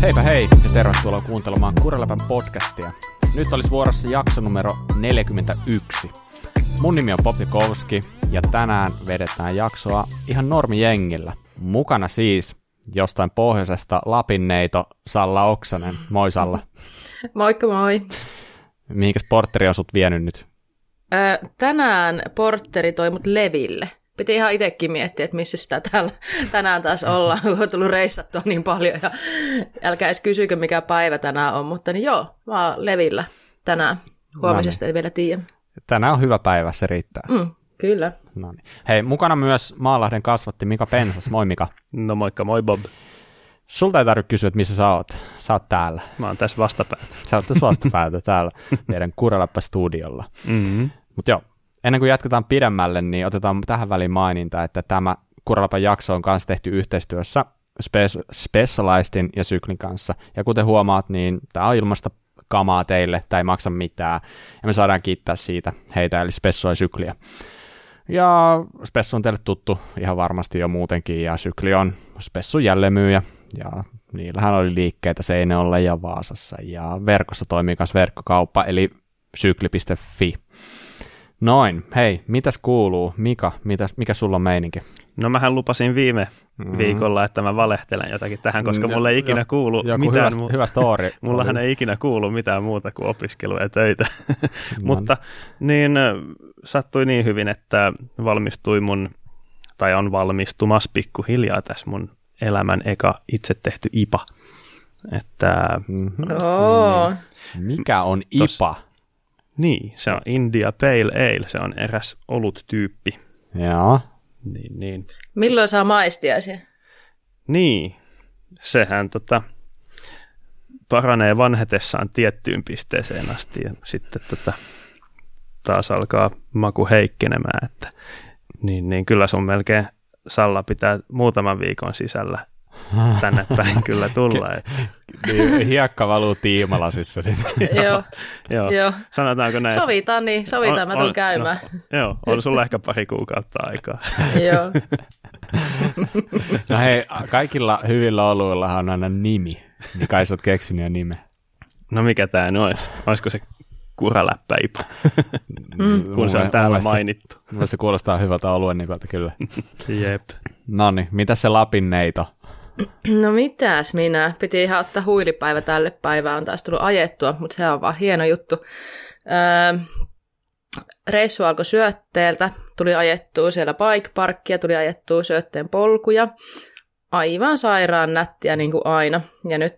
Heipä hei ja tervetuloa kuuntelemaan Kureläpän podcastia. Nyt olisi vuorossa jakso numero 41. Mun nimi on Popi Kowski ja tänään vedetään jaksoa ihan normijengillä. Mukana siis jostain pohjoisesta Lapinneito Salla Oksanen. Moi Salla. Moikka moi. Mihinkäs portteri on sut vienyt nyt? Tänään portteri toi mut leville. Piti ihan itsekin miettiä, että missä sitä täällä tänään taas ollaan, kun on tullut reissattua niin paljon. Ja älkää edes kysykö, mikä päivä tänään on, mutta niin joo, mä oon levillä tänään. Huomisesta ei vielä tiedä. Tänään on hyvä päivä, se riittää. Kyllä. Noniin. Hei, mukana myös Maalahden kasvatti Mika Pensas. Moi Mika. No moikka, moi Bob. Sulta ei tarvitse kysyä, että missä sä oot. Sä oot täällä. Mä oon tässä vastapäätä. Sä oot tässä vastapäätä täällä meidän Kureläppä-studiolla. Mm-hmm. Mutta joo, ennen kuin jatketaan pidemmälle, niin otetaan tähän väliin maininta, että tämä Kureläpän jakso on kanssa tehty yhteistyössä Specializedin ja Syklin kanssa. Ja kuten huomaat, niin tämä on ilmasta kamaa teille, tämä ei maksa mitään. Ja me saadaan kiittää siitä heitä, eli Spessua ja Sykliä. Ja Spessu on teille tuttu ihan varmasti jo muutenkin, ja Sykli on Spessun jälleenmyyjä. Ja niillähän oli liikkeitä Seinäjoella ja Vaasassa, ja verkossa toimii myös verkkokauppa, eli sykli.fi. Noin, hei, mitäs kuuluu? Mika, mikä sulla on meininki? No mähän lupasin viime viikolla, että mä valehtelen jotakin tähän, koska mulle ei ikinä kuulu mitään. Hyvä story. Mullahan ei ikinä kuulu mitään muuta kuin opiskelua ja töitä. Mutta niin sattui niin hyvin, että on valmistumassa pikkuhiljaa tässä mun elämän eka itse tehty IPA. Että, Mikä on IPA? Niin, se on India Pale Ale, se on eräs oluttyyppi. Joo. Niin. Milloin saa maistiaisia? Niin, sehän paranee vanhetessaan tiettyyn pisteeseen asti ja sitten taas alkaa maku heikkenemään, että niin kyllä sun melkein Salla pitää muutaman viikon sisällä tänne päin kyllä tulla. Niin, hiekka valuu tiimalasissa. Joo. Sanotaanko näin? Sovitaan, mä tulen käymään. Joo, on sulla ehkä pari kuukautta aikaa. Joo. No hei, kaikilla hyvillä oluilla on aina nimi. Niin kai sä oot keksinyt jo nimen. No mikä tää nyt olisi? Olisiko se Kuraläppäipa, kun se on täällä mainittu. Se kuulostaa hyvältä oluen nimeltä kyllä. Jep. Noniin, mitäs se Lapinneito? No mitäs minä? Piti ihan ottaa huilipäivä tälle päivään, on taas tullut ajettua, mutta se on vaan hieno juttu. Reissu alkoi Syötteeltä, tuli ajettua siellä bike parkkia, tuli ajettua Syötteen polkuja. Aivan sairaan nättiä niin kuin aina. Ja nyt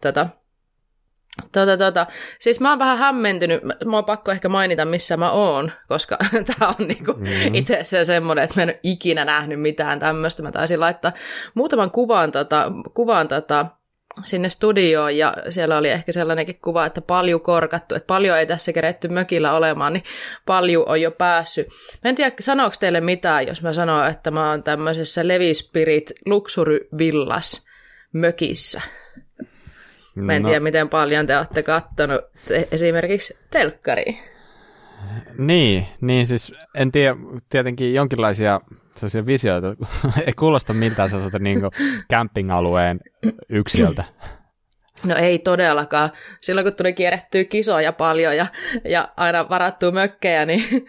siis mä oon vähän hämmentynyt, mä oon pakko ehkä mainita missä mä oon, koska tää on niinku itse semmoinen, että mä en ole ikinä nähnyt mitään tämmöistä. Mä taisin laittaa muutaman kuvan sinne studioon ja siellä oli ehkä sellainenkin kuva, että paljon korkattu, että paljon ei tässä keretty mökillä olemaan, niin paljon on jo päässyt. Mä en tiedä, sanooko teille mitään, jos mä sanon, että mä oon tämmöisessä Levi Spirit Luxury Villas mökissä. Mä en tiedä, miten paljon te olette kattonut esimerkiksi telkkariin. Niin siis en tiedä, tietenkin jonkinlaisia sellaisia visioita, ei kuulosta miltään sellaiselta niin kuin camping-alueen yksilöltä. No ei todellakaan. Silloin kun tuli kierrettyä kisoja paljon ja aina varattua mökkejä, niin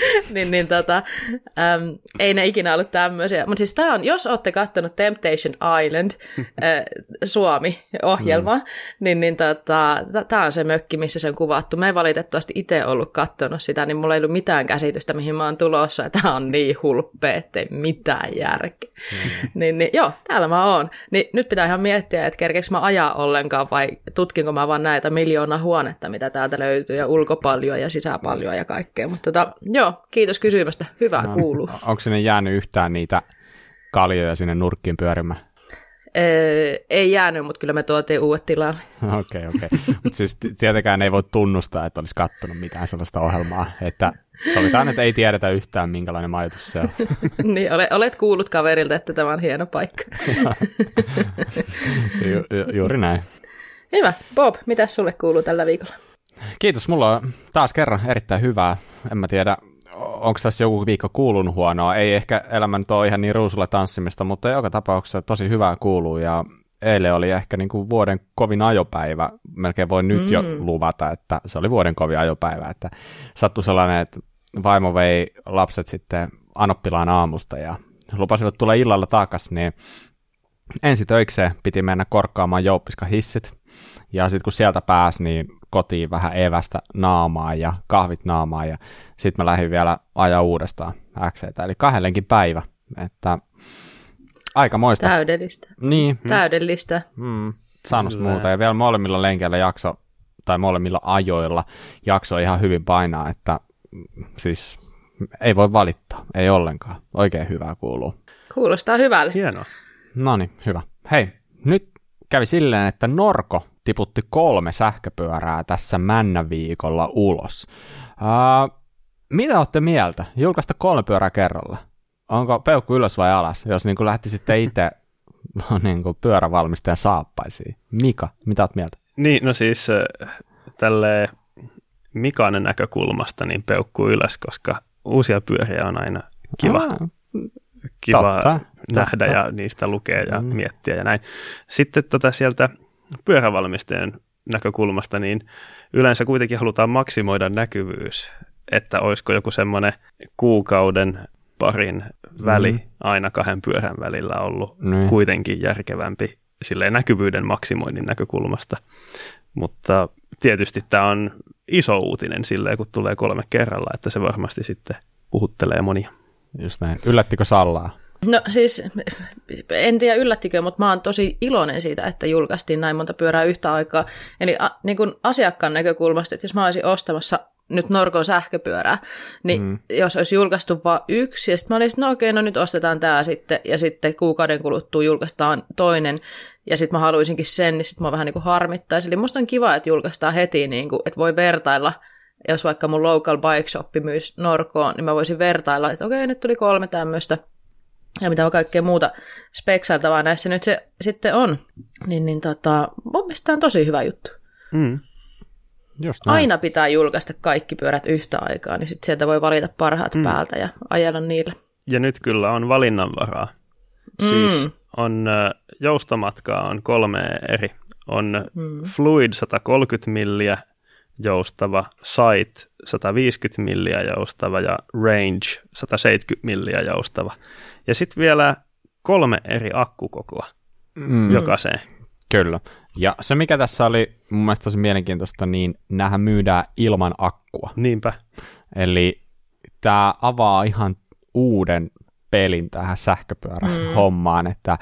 ei ne ikinä ollut tämmöisiä. Mutta siis tämä on, jos olette katsonut Temptation Island Suomi-ohjelma, niin tämä on se mökki, missä se on kuvattu. Mä en valitettavasti itse ollut katsonut sitä, niin mulla ei ollut mitään käsitystä, mihin mä oon tulossa. Ja tämä on niin hulppea, ettei mitään järkeä. Niin, joo, täällä mä oon. Niin nyt pitää ihan miettiä, että kerkeekö mä ajaa ollenkaan vai tutkinko mä vaan näitä 1,000,000 huonetta, mitä täältä löytyy, ja ulkopaljoa ja sisäpaljoa ja kaikkea. Mutta joo, kiitos kysymästä. Hyvä kuuluu. Onko sinne jäänyt yhtään niitä kaljoja sinne nurkkiin pyörimään? Ei jäänyt, mutta kyllä me tuotiin uudet tilalle. Okei. Mutta siis tietenkään ei voi tunnustaa, että olisi katsonut mitään sellaista ohjelmaa, että sovitaan, että ei tiedetä yhtään, minkälainen majoitus se on. Niin, olet kuullut kaverilta, että tämä on hieno paikka. Juuri näin. Hyvä. Bob, mitä sulle kuuluu tällä viikolla? Kiitos, mulla on taas kerran erittäin hyvää. En mä tiedä, onko tässä joku viikko kuulunut huonoa. Ei ehkä elämä nyt ole ihan niin ruusulla tanssimista, mutta joka tapauksessa tosi hyvää kuuluu. Ja eilen oli ehkä niin kuin vuoden kovin ajopäivä. Melkein voi nyt jo luvata, että se oli vuoden kovin ajopäivä. Että sattui sellainen, että vaimo vei lapset sitten Anoppilaan aamusta ja lupasivat tulla illalla takaisin, niin ensi töikseen piti mennä korkkaamaan jouppiskahissit. Ja sitten kun sieltä pääsi, niin kotiin vähän evästä naamaan ja kahvit naamaan. Ja sitten mä lähdin vielä ajaa uudestaan X:tä, eli 2 päivä. Että aikamoista. Täydellistä. Niin. Täydellistä. Sanois muuta. Ja vielä molemmilla lenkeillä tai molemmilla ajoilla jakso ihan hyvin painaa, että siis ei voi valittaa, ei ollenkaan. Oikein hyvää kuuluu. Kuulostaa hyvälle. Hienoa. Noniin, hyvä. Hei, nyt kävi silleen, että Norko tiputti 3 sähköpyörää tässä männäviikolla ulos. Mitä olette mieltä? Julkaista 3 pyörää kerralla. Onko peukku ylös vai alas, jos niin lähtisitte itse niin pyörävalmistajan saappaisiin? Mika, mitä olet mieltä? Niin, no siis tälleen Mikanen näkökulmasta niin peukku ylös, koska uusia pyöriä on aina kiva nähdä ja niistä lukea ja miettiä ja näin. Sitten sieltä pyörävalmistajan näkökulmasta, niin yleensä kuitenkin halutaan maksimoida näkyvyys, että olisiko joku semmoinen kuukauden parin väli aina 2 pyörän välillä ollut kuitenkin järkevämpi silleen näkyvyyden maksimoinnin näkökulmasta. Mutta tietysti tämä on iso uutinen silleen, kun tulee 3 kerralla, että se varmasti sitten puhuttelee monia. Just näin. Yllättikö Sallaa? No siis, en tiedä yllättikö, mutta mä oon tosi iloinen siitä, että julkaistiin näin monta pyörää yhtä aikaa. Eli niin kuin asiakkaan näkökulmasta, että jos mä olisin ostamassa nyt Norkon sähköpyörää, niin jos olisi julkaistu vain 1, ja sitten mä olisin, no okei, no nyt ostetaan tämä sitten, ja sitten kuukauden kuluttua julkaistaan toinen, ja sitten mä haluaisinkin sen, niin sitten mä vähän niin kuin harmittaisi. Eli musta on kiva, että julkaistaan heti, niin kuin, että voi vertailla, jos vaikka mun local bike shop myys Norkoon, niin mä voisin vertailla, että okei, nyt tuli 3 tämmöistä, ja mitä kaikkea muuta speksailtavaa näissä nyt se sitten on. Mun mielestä tämä on tosi hyvä juttu. Aina pitää julkaista kaikki pyörät yhtä aikaa, niin sitten sieltä voi valita parhaat päältä ja ajella niillä. Ja nyt kyllä on valinnanvaraa. Siis on joustomatkaa on 3 eri. On Fluid 130 milliä joustava, Sight 150 milliä joustava ja Range 170 milliä joustava. Ja sitten vielä 3 eri akkukokoa jokaiseen. Kyllä. Ja se, mikä tässä oli mun mielestä tosi mielenkiintoista, niin näähän myydään ilman akkua. Niinpä. Eli tämä avaa ihan uuden pelin tähän sähköpyörähommaan, että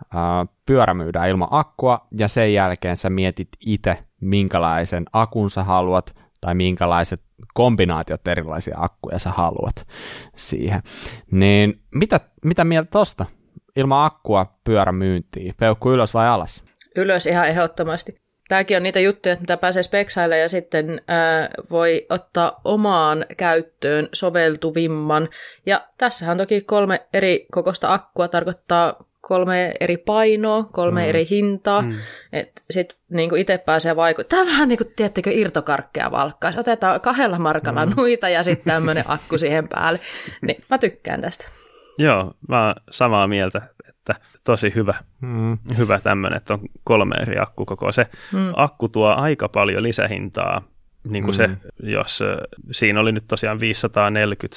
pyörä myydään ilman akkua, ja sen jälkeen sä mietit itse, minkälaisen akun sä haluat, tai minkälaiset kombinaatiot erilaisia akkuja sä haluat siihen. Niin mitä mieltä tosta? Ilman akkua pyörä myyntiin. Peukku ylös vai alas? Ylös ihan ehdottomasti. Tämäkin on niitä juttuja, mitä pääsee speksailemaan ja sitten voi ottaa omaan käyttöön soveltuvimman. Ja tässähän on toki 3 eri kokoista akkua, tarkoittaa 3 eri painoa, 3 eri hintaa. Että sitten niinku itse pääsee vaikuttamaan. Tämä on vähän niin kuin, tiedättekö, irtokarkkeja valkkaa. Otetaan 2 markalla nuita ja sitten tämmöinen akku siihen päälle. Niin mä tykkään tästä. Joo, mä oon samaa mieltä, että tosi hyvä tämmöinen, että on 3 eri akkukokoa. Se akku tuo aika paljon lisähintaa, niin kuin se, jos siinä oli nyt tosiaan 540,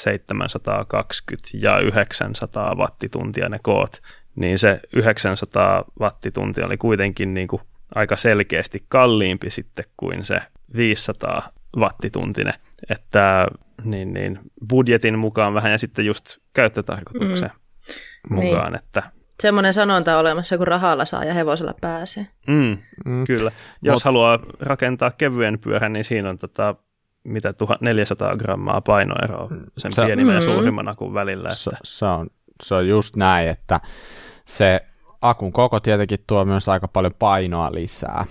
720 ja 900 wattituntia ne koot, niin se 900 wattituntia oli kuitenkin niin kuin aika selkeästi kalliimpi sitten kuin se 500 wattituntinen, että niin budjetin mukaan vähän ja sitten just käyttötarkoituksen mukaan. Niin. Että semmoinen sanonta on olemassa, kun rahalla saa ja hevosella pääsee. Kyllä. Jos haluaa rakentaa kevyen pyörän, niin siinä on mitä 1400 grammaa painoeroa sen pienimmän ja suurimman akun välillä. Että se on just näin, että se akun koko tietenkin tuo myös aika paljon painoa lisää.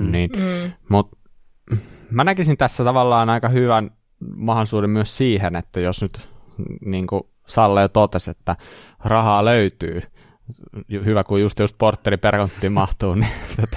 Mutta mä näkisin tässä tavallaan aika hyvän mahdollisuuden myös siihen, että jos nyt niin kuin Salle jo totesi, että rahaa löytyy, hyvä kun just portteri perkonttiin mahtuu, niin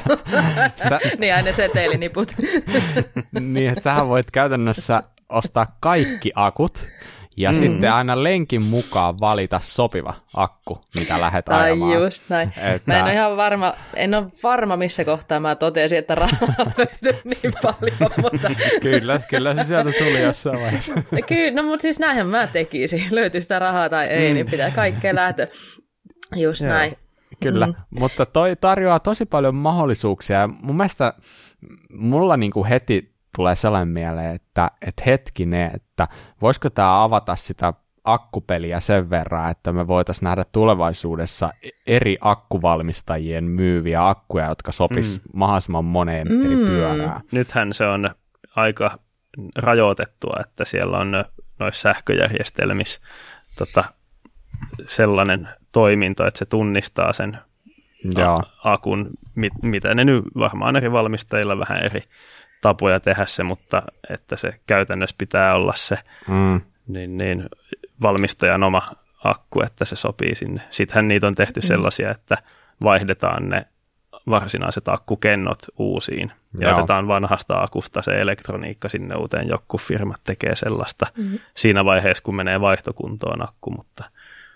niin aina seteiliniput. Niin, että sähän voit käytännössä ostaa kaikki akut, ja sitten aina lenkin mukaan valita sopiva akku, mitä lähdet ajamaan. Tai just näin. Mä en ole ihan varma, missä kohtaa mä totesin, että rahaa löytyy niin paljon, mutta... kyllä se sieltä tuli jossain vaiheessa. Kyllä, no mutta siis näinhän mä tekisin. Löytyy sitä rahaa tai ei, niin pitää kaikkea lähtö. Just näin. Kyllä, mutta toi tarjoaa tosi paljon mahdollisuuksia. Mun mielestä mulla niinku heti tulee sellainen mieleen, että hetkinen, että voisiko tämä avata sitä akkupeliä sen verran, että me voitaisiin nähdä tulevaisuudessa eri akkuvalmistajien myyviä akkuja, jotka sopis mahdollisimman moneen eri pyörään. Nythän se on aika rajoitettua, että siellä on noissa sähköjärjestelmissä sellainen toiminto, että se tunnistaa sen akun, mitä ne nyt varmaan eri valmistajilla vähän eri tapoja tehdä se, mutta että se käytännössä pitää olla se niin valmistajan oma akku, että se sopii sinne. Sittenhän niitä on tehty sellaisia, että vaihdetaan ne varsinaiset akkukennot uusiin ja otetaan vanhasta akusta se elektroniikka sinne uuteen. Joku firmat tekee sellaista siinä vaiheessa, kun menee vaihtokuntoon akku, mutta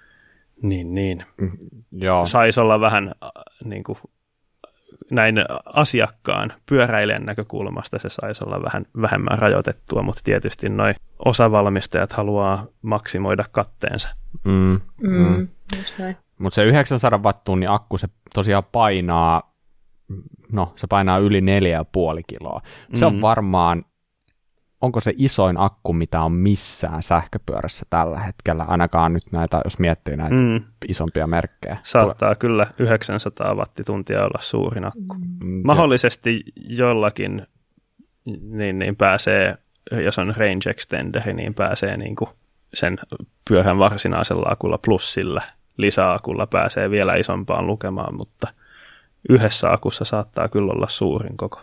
saisi olla vähän niin kuin näin asiakkaan pyöräilijän näkökulmasta se saisi olla vähän vähemmän rajoitettua, mutta tietysti noi osavalmistajat haluaa maksimoida katteensa. Mutta se 900 wattunnin akku, se tosiaan painaa, se painaa yli 4,5 kiloa. Se on varmaan, onko se isoin akku, mitä on missään sähköpyörässä tällä hetkellä, ainakaan nyt näitä, jos miettii näitä isompia merkkejä. Saattaa kyllä 900 wattituntia olla suurin akku. Mahdollisesti jollakin niin pääsee, jos on range extenderi, niin pääsee niin kuin sen pyörän varsinaisella akulla plus sillä lisäakulla pääsee vielä isompaan lukemaan, mutta yhdessä akussa saattaa kyllä olla suurin koko.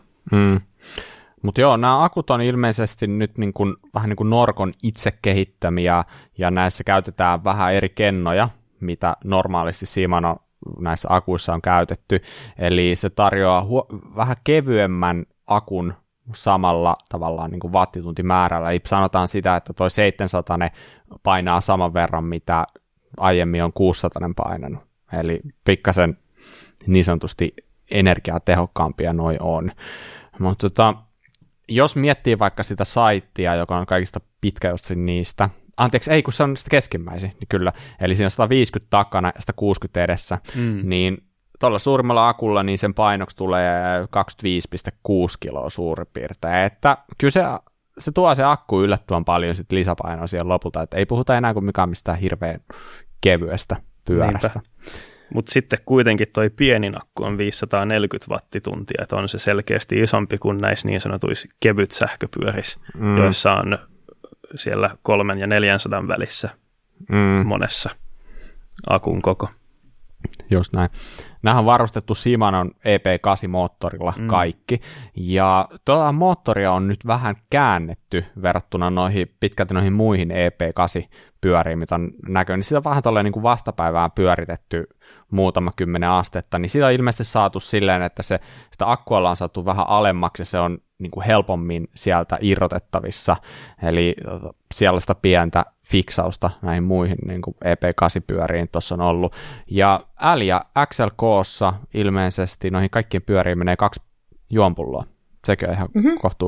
Mutta joo, nämä akut on ilmeisesti nyt vähän niin kuin Norcon itse kehittämiä, ja näissä käytetään vähän eri kennoja, mitä normaalisti Shimano näissä akuissa on käytetty. Eli se tarjoaa vähän kevyemmän akun samalla tavallaan niin kuin wattituntimäärällä. Eli sanotaan sitä, että toi 700 painaa saman verran, mitä aiemmin on 600 painanut. Eli pikkasen niin sanotusti energiatehokkaampia noi on. Mutta jos miettii vaikka sitä saittia, joka on kaikista pitkäjostin niistä, kun se on sitä keskimmäisiä, niin kyllä, eli siinä on 150 takana ja 160 edessä, niin tuolla suurimmalla akulla niin sen painoksi tulee 25,6 kiloa suurin piirtein, että kyllä se tuo se akku yllättävän paljon sit lisäpainoa siihen lopulta, että ei puhuta enää kuin mikään mistään hirveän kevyestä pyörästä. Mutta sitten kuitenkin toi pienin akku on 540 wattituntia, että on se selkeästi isompi kuin näissä niin sanotuissa kevyt sähköpyörissä, joissa on siellä 300 ja 400 välissä monessa akun koko. Just näin. Nämä on varustettu Shimanon EP8-moottorilla kaikki, ja tuota moottoria on nyt vähän käännetty verrattuna pitkälti noihin muihin EP8-pyöriin, mitä on näköinen. Niin sitä on vähän tolleen niin kuin vastapäivään pyöritetty muutama 10 astetta, niin sitä on ilmeisesti saatu silleen, että sitä akkua on saatu vähän alemmaksi, ja se on niin kuin helpommin sieltä irrotettavissa, eli sellaista pientä fiksausta näihin muihin niin kuin EP8-pyöriin tuossa on ollut. Ja L ja XLK:ssa ilmeisesti noihin kaikkiin pyöriin menee 2 juompulloa. Sekin on ihan kohtuu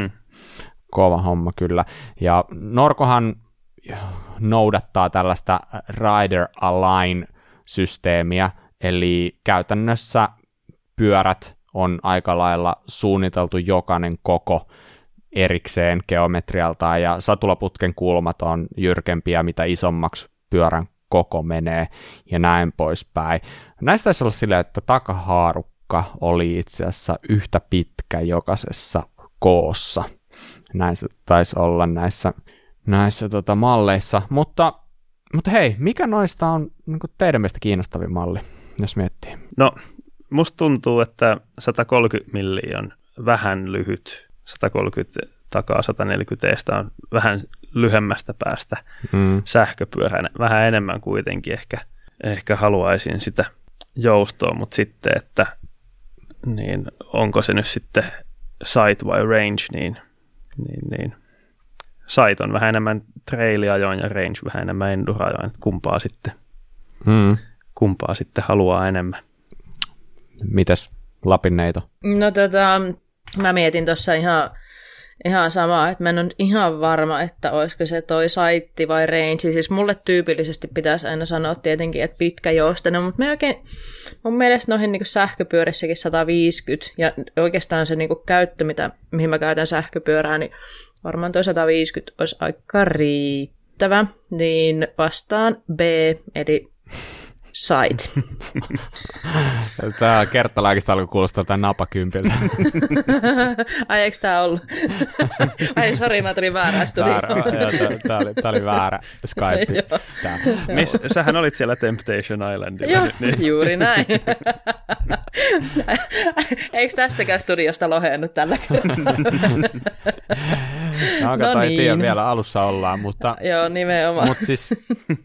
kova homma kyllä. Ja Norcohan noudattaa tällaista Rider Align-systeemiä, eli käytännössä pyörät on aika lailla suunniteltu jokainen koko erikseen geometrialtaan, ja satulaputken kulmat on jyrkempiä, mitä isommaksi pyörän koko menee, ja näin poispäin. Näistä taisi olla silleen, että takahaarukka oli itse asiassa yhtä pitkä jokaisessa koossa. Näin se taisi olla näissä malleissa, mutta hei, mikä noista on niin kuin teidän mielestä kiinnostavin malli, jos miettii? No, musta tuntuu, että 130 milliä on vähän lyhyt, 130 takaa 140 eestä on vähän lyhemmästä päästä sähköpyöränä. Vähän enemmän kuitenkin ehkä haluaisin sitä joustoa, mutta sitten, että niin onko se nyt sitten sight vai range, niin Sight on vähän enemmän trailiajoin ja Range vähän enemmän endurajoin, että kumpaa sitten haluaa enemmän. Mites Lapinneito? No mä mietin tuossa ihan samaa, että mä en ole ihan varma, että olisiko se toi Sight vai Range. Siis mulle tyypillisesti pitäisi aina sanoa tietenkin, että pitkäjoustainen, mutta mun mielestä noihin niin sähköpyörissäkin 150, ja oikeastaan se niin käyttö, mihin mä käytän sähköpyörää, niin varmaan toi 150 olisi aika riittävä, niin vastaan B, eli Sight. Tämä kertalääkistä alkoi kuulostaa tämän napakympiltä. Ai, eikö tämä ollut? Ai, sori, mä tulin väärään studioon. Tämä oli väärä Skype. Sähän olit siellä Temptation Islandilla. Joo, niin. juuri näin. Eikö tästäkään studiosta lohennut tällä kertaa? No ei tiedä, vielä alussa ollaan, mutta... Joo, nimenomaan. Mutta siis,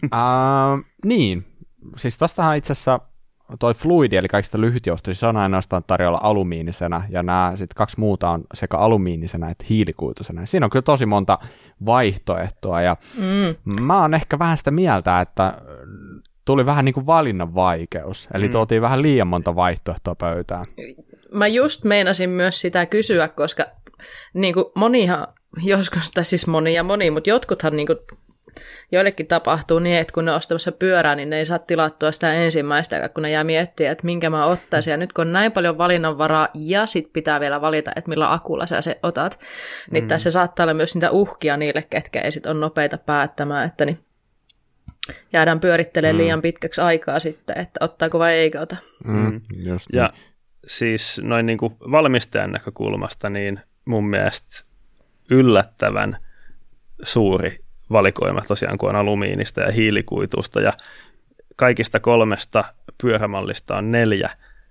niin. Siis tostahan itse asiassa toi fluidi, eli kaikista lyhytjousto, se on ainoastaan tarjolla alumiinisena, ja nämä sitten 2 muuta on sekä alumiinisena että hiilikuitusena. Siinä on kyllä tosi monta vaihtoehtoa, ja mä oon ehkä vähän sitä mieltä, että tuli vähän niin kuin valinnan vaikeus, eli tuotiin vähän liian monta vaihtoehtoa pöytään. Mä just meinasin myös sitä kysyä, koska niin kuin monihan, joskus, tai siis moni, mutta jotkuthan niin kuin joillekin tapahtuu niin, että kun ne on ostamassa pyörää, niin ne ei saa tilattua sitä ensimmäistä, kun ne jää miettimään, että minkä mä ottaisin. Ja nyt kun on näin paljon valinnanvaraa ja sit pitää vielä valita, että millä akulla sä se otat, niin tässä saattaa olla myös niitä uhkia niille, ketkä ei sit ole nopeita päättämään, että niin jäädään pyörittelemään liian pitkäksi aikaa sitten, että ottaako vai eikö ota. Just ja siis noin niin kuin valmistajan näkökulmasta, niin mun mielestä yllättävän suuri valikoima tosiaan, kun on alumiinista ja hiilikuitusta, ja kaikista 3 pyörämallista on 4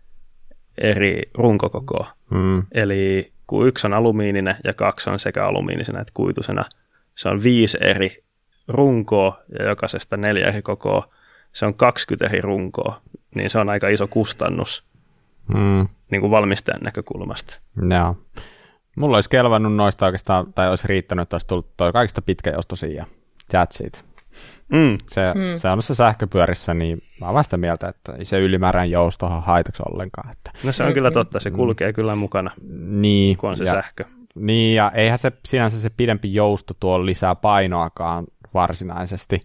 eri runkokokoa. Eli kun 1 on alumiininen ja 2 on sekä alumiinisena että kuitusena, se on 5 eri runkoa ja jokaisesta 4 eri kokoa. Se on 20 eri runkoa, niin se on aika iso kustannus niin kuin valmistajan näkökulmasta. Joo. Mulla olisi kelvannut noista oikeastaan, tai olisi riittänyt, että olisi tullut toi kaikista pitkäjoustoisia ja that's it. Se on se sähköpyörissä, niin mä oon sitä mieltä, että ei se ylimääräinen joustohan haitaksi ollenkaan. Että. No se on kyllä totta, se kulkee kyllä mukana, niin, kun on se sähkö. Niin, ja eihän se sinänsä se pidempi jousto tuo lisää painoakaan varsinaisesti.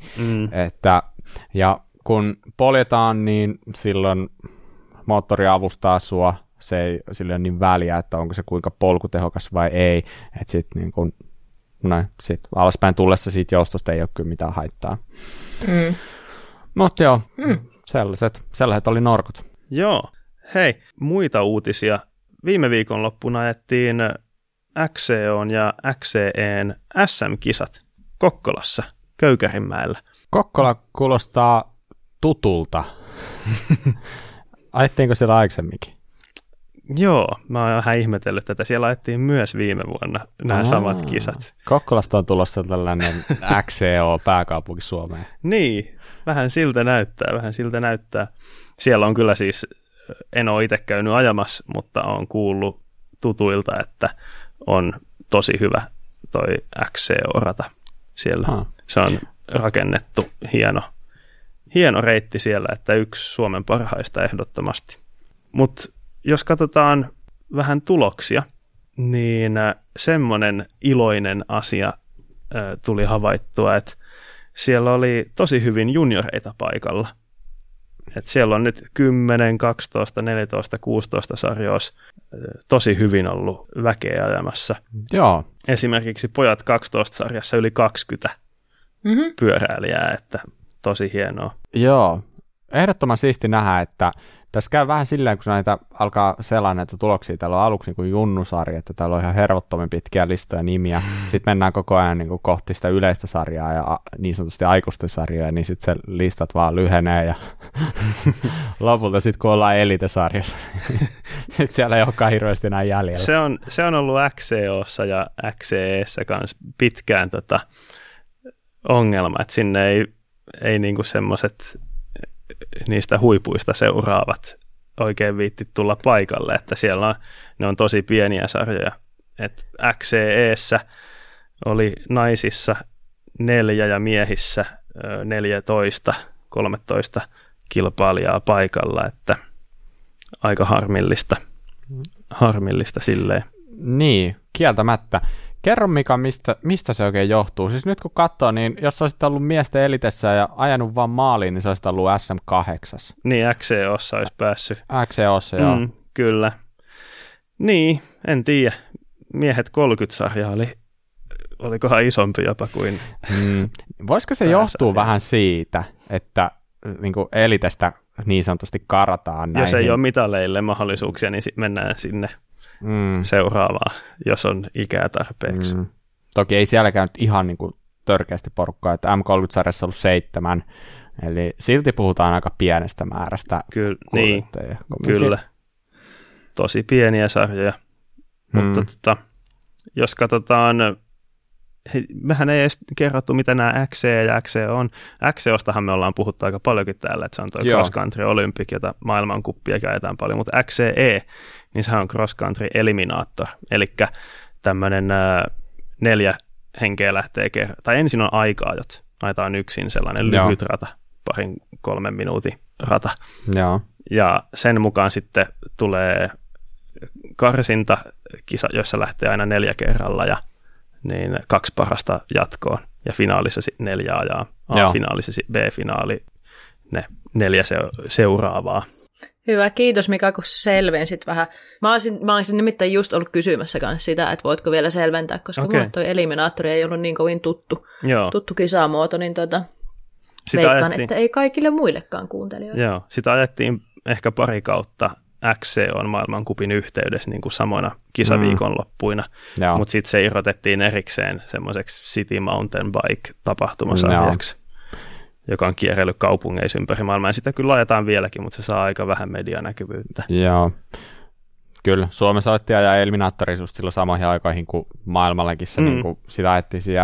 Ja kun poljetaan, niin silloin moottori avustaa sua. Se ei sille ole niin väliä, että onko se kuinka polkutehokas vai ei. Että sitten niin kun, sit alaspäin tullessa siitä joustosta ei ole kyllä mitään haittaa. Mutta joo, sellaiset oli norkut. Joo. Hei, muita uutisia. Viime viikonloppuna ajettiin XCOn ja XCEn SM-kisat Kokkolassa, Köykärinmäellä. Kokkola kuulostaa tutulta. Ajettiinko siellä aikaisemminkin? Joo, mä oon vähän ihmetellyt tätä. Siellä ajettiin myös viime vuonna nämä samat kisat. Kokkolasta on tulossa tällainen XCO pääkaupunki Suomeen. Niin, vähän siltä näyttää. Siellä on kyllä siis, en ole itse käynyt ajamassa, mutta olen kuullut tutuilta, että on tosi hyvä toi XCO-rata siellä. Se on rakennettu hieno reitti siellä, että yksi Suomen parhaista ehdottomasti. Mutta jos katsotaan vähän tuloksia, niin semmoinen iloinen asia tuli havaittua, että siellä oli tosi hyvin junioreita paikalla. Et siellä on nyt 10, 12, 14, 16 sarjoissa tosi hyvin ollut väkeä ajamassa. Joo. Esimerkiksi pojat 12-sarjassa yli 20 pyöräilijää, että tosi hienoa. Joo, ehdottoman siisti nähdä, että tässä käy vähän silleen, kun näitä alkaa selaa näitä tuloksia. Täällä on aluksi niin kuin junnusarja, että täällä on ihan hervottoman pitkiä listoja nimiä. Sitten mennään koko ajan niin kuin kohti sitä yleistä sarjaa ja niin sanotusti aikuisten sarjoja, niin sitten se listat vaan lyhenee ja lopulta sitten kun ollaan elitesarjassa, sitten siellä ei olekaan hirveästi enää jäljellä. Se on ollut XCOssa ja XCEssä kanssa pitkään ongelma, että sinne ei niinku semmoiset niistä huipuista seuraavat oikein viitti tulla paikalle, että siellä ne on tosi pieniä sarjoja. Et XCEssä oli naisissa 4 ja miehissä 14, 13 kilpailijaa paikalla, että aika harmillista silleen. Niin, kieltämättä. Kerro Mika, mistä se oikein johtuu? Siis nyt kun katsoo, niin jos olisit ollut miesten elitessä ja ajanut vaan maaliin, niin se olisi ollut SM8. Niin, XCOssa olisi päässyt. XCOssa, joo. Kyllä. Niin, en tiedä. Miehet 30-sarja olikohan isompi jopa kuin... Voisiko se johtua vähän siitä, että niin kuin elitestä niin sanotusti karataan näihin? Jos ei ole mitaleille mahdollisuuksia, niin mennään sinne seuraavaan, jos on ikää tarpeeksi. Toki ei sielläkään nyt ihan niin kuin törkeästi porukkaa, että M30-sarjassa on ollut 7, eli silti puhutaan aika pienestä määrästä. Kyllä. Tosi pieniä sarjoja, mutta jos katsotaan, mehän ei edes kerrottu, mitä nämä XC ja XC on. XCOstahan me ollaan puhuttu aika paljonkin täällä, että se on tuo Cross Country Olympic, jota maailmankuppia käytetään paljon, mutta XCE, niin se on Cross Country Eliminator, eli tämmöinen 4 henkeä lähtee tai ensin on aika-ajot, ajetaan yksin sellainen lyhyt rata, 2-3 minuutin rata, ja sen mukaan sitten tulee karsintakisa, jossa lähtee aina 4 kerralla, ja niin 2 parasta jatkoon, ja finaalissa 4 ajaa, A-finaalissa B-finaali, ne 4 seuraavaa. Hyvä, kiitos Mika, kun selvensit vähän. Mä olisin nimittäin just ollut kysymässä kanssa sitä, että voitko vielä selventää, koska mulle toi eliminaattori ei ollut niin kovin tuttu kisamuoto, niin veikkaan, että ei kaikille muillekaan kuuntelijoille. Joo, sitä ajettiin ehkä pari kautta XCOn maailmankupin yhteydessä niin kuin samoina kisaviikonloppuina, mutta sitten se irrotettiin erikseen semmoiseksi City Mountain Bike-tapahtumasarjaksi, joka on kierrellyt kaupungeissa ympäri maailmaa. Ja sitä kyllä ajetaan vieläkin, mutta se saa aika vähän medianäkyvyyttä. Joo, kyllä. Suomessa alettiin ajaa eliminaattori just silloin samoihin aikoihin kuin maailmallakin. Niin kuin sitä ajettiin siinä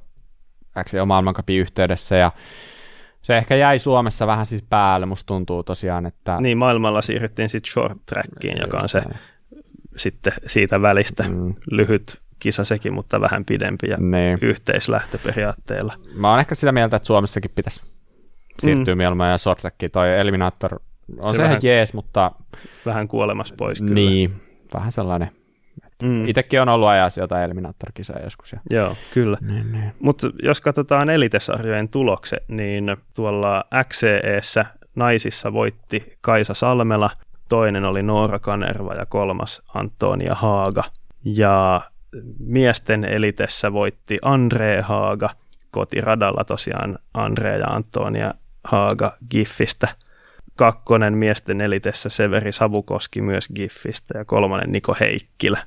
XCO maailmankupin yhteydessä, ja se ehkä jäi Suomessa vähän siis päälle, musta tuntuu tosiaan, että... Niin, maailmalla siirryttiin sitten short trackiin, joka on se sitten siitä välistä lyhyt kisa sekin, mutta vähän pidempi ja yhteislähtöperiaatteella. Mä oon ehkä sitä mieltä, että Suomessakin pitäisi siirtyä mieluummin ja short trackiin. Toi Eliminator on se ihan jees, mutta... Vähän kuolemassa pois kyllä. Niin, vähän sellainen. Itsekin on ollut ajassa jotain Eliminator-kisaa joskus. Joo, kyllä. Niin. Mutta jos katsotaan elitesarjojen tulokset, niin tuolla XCE:ssä naisissa voitti Kaisa Salmela, toinen oli Noora Kanerva ja 3. Antonia Haaga. Ja miesten elitessä voitti Andre Haaga, kotiradalla tosiaan Andre ja Antonia Haaga Giffistä. 2. miesten elitessä Severi Savukoski myös Giffistä ja 3. Niko Heikkilä.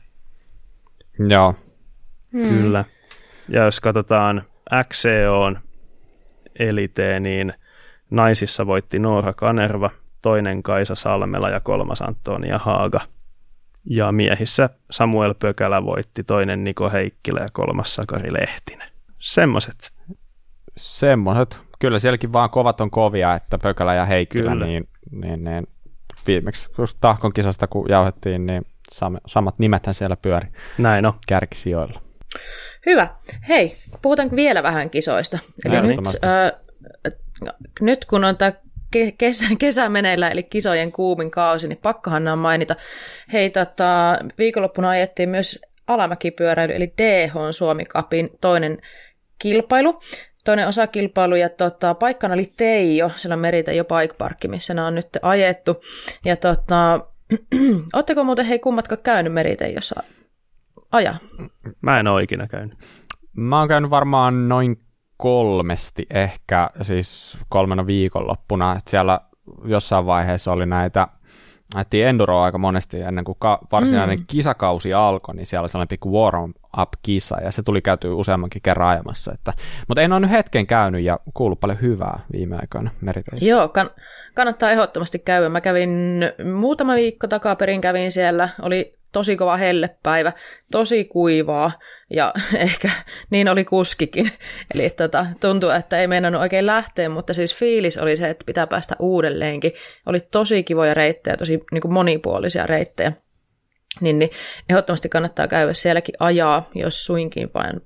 Joo. Kyllä. Ja jos katsotaan XCOn eliteen, niin naisissa voitti Noora Kanerva, toinen Kaisa Salmela ja 3. Antonia Haaga. Ja miehissä Samuel Pökälä voitti, toinen Niko Heikkilä ja 3. Sakari Lehtinen. Semmoiset. Kyllä sielläkin vaan kovat on kovia, että Pökälä ja Heikkilä, niin viimeksi just Tahkon kisasta kun jauhettiin, niin samat nimethän siellä pyöri. Näin on. Kärkisijoilla. Hyvä. Hei, puhutaanko vielä vähän kisoista? Eli nyt kun on tämä kesä meneillään, eli kisojen kuumin kausi, niin pakkohan on mainita. Hei, viikonloppuna ajettiin myös alamäkipyöräily, eli DH Suomi Cupin toinen kilpailu. Toinen osakilpailu, ja paikkana oli Teijo, siellä on Meriteijo Bike Park, missä nämä on nyt ajettu. Ja ootteko muuten kummatkaan käynyt Meriteijossa ajaa? Mä en ole ikinä käynyt. Mä oon käynyt varmaan noin 3 ehkä, siis 3 viikonloppuna. Että siellä jossain vaiheessa oli näitä, ajettiin enduroa aika monesti ennen kuin varsinainen kisakausi alkoi, niin siellä oli sellainen pikku warm-up-kisa, ja se tuli käytyä useammankin kerran ajamassa. Mutta en ole nyt hetken käynyt ja kuullut paljon hyvää viime aikoina Meriteijosta. Joo, kannattaa ehdottomasti käydä. Mä kävin muutama viikko takaperin, kävin siellä, oli tosi kova hellepäivä, tosi kuivaa, ja ehkä niin oli kuskikin. Eli tuntuu, että ei meinannut oikein lähteä, mutta siis fiilis oli se, että pitää päästä uudelleenkin. Oli tosi kivoja reittejä, tosi niin kuin monipuolisia reittejä. Niin ehdottomasti kannattaa käydä sielläkin ajaa, jos suinkin vain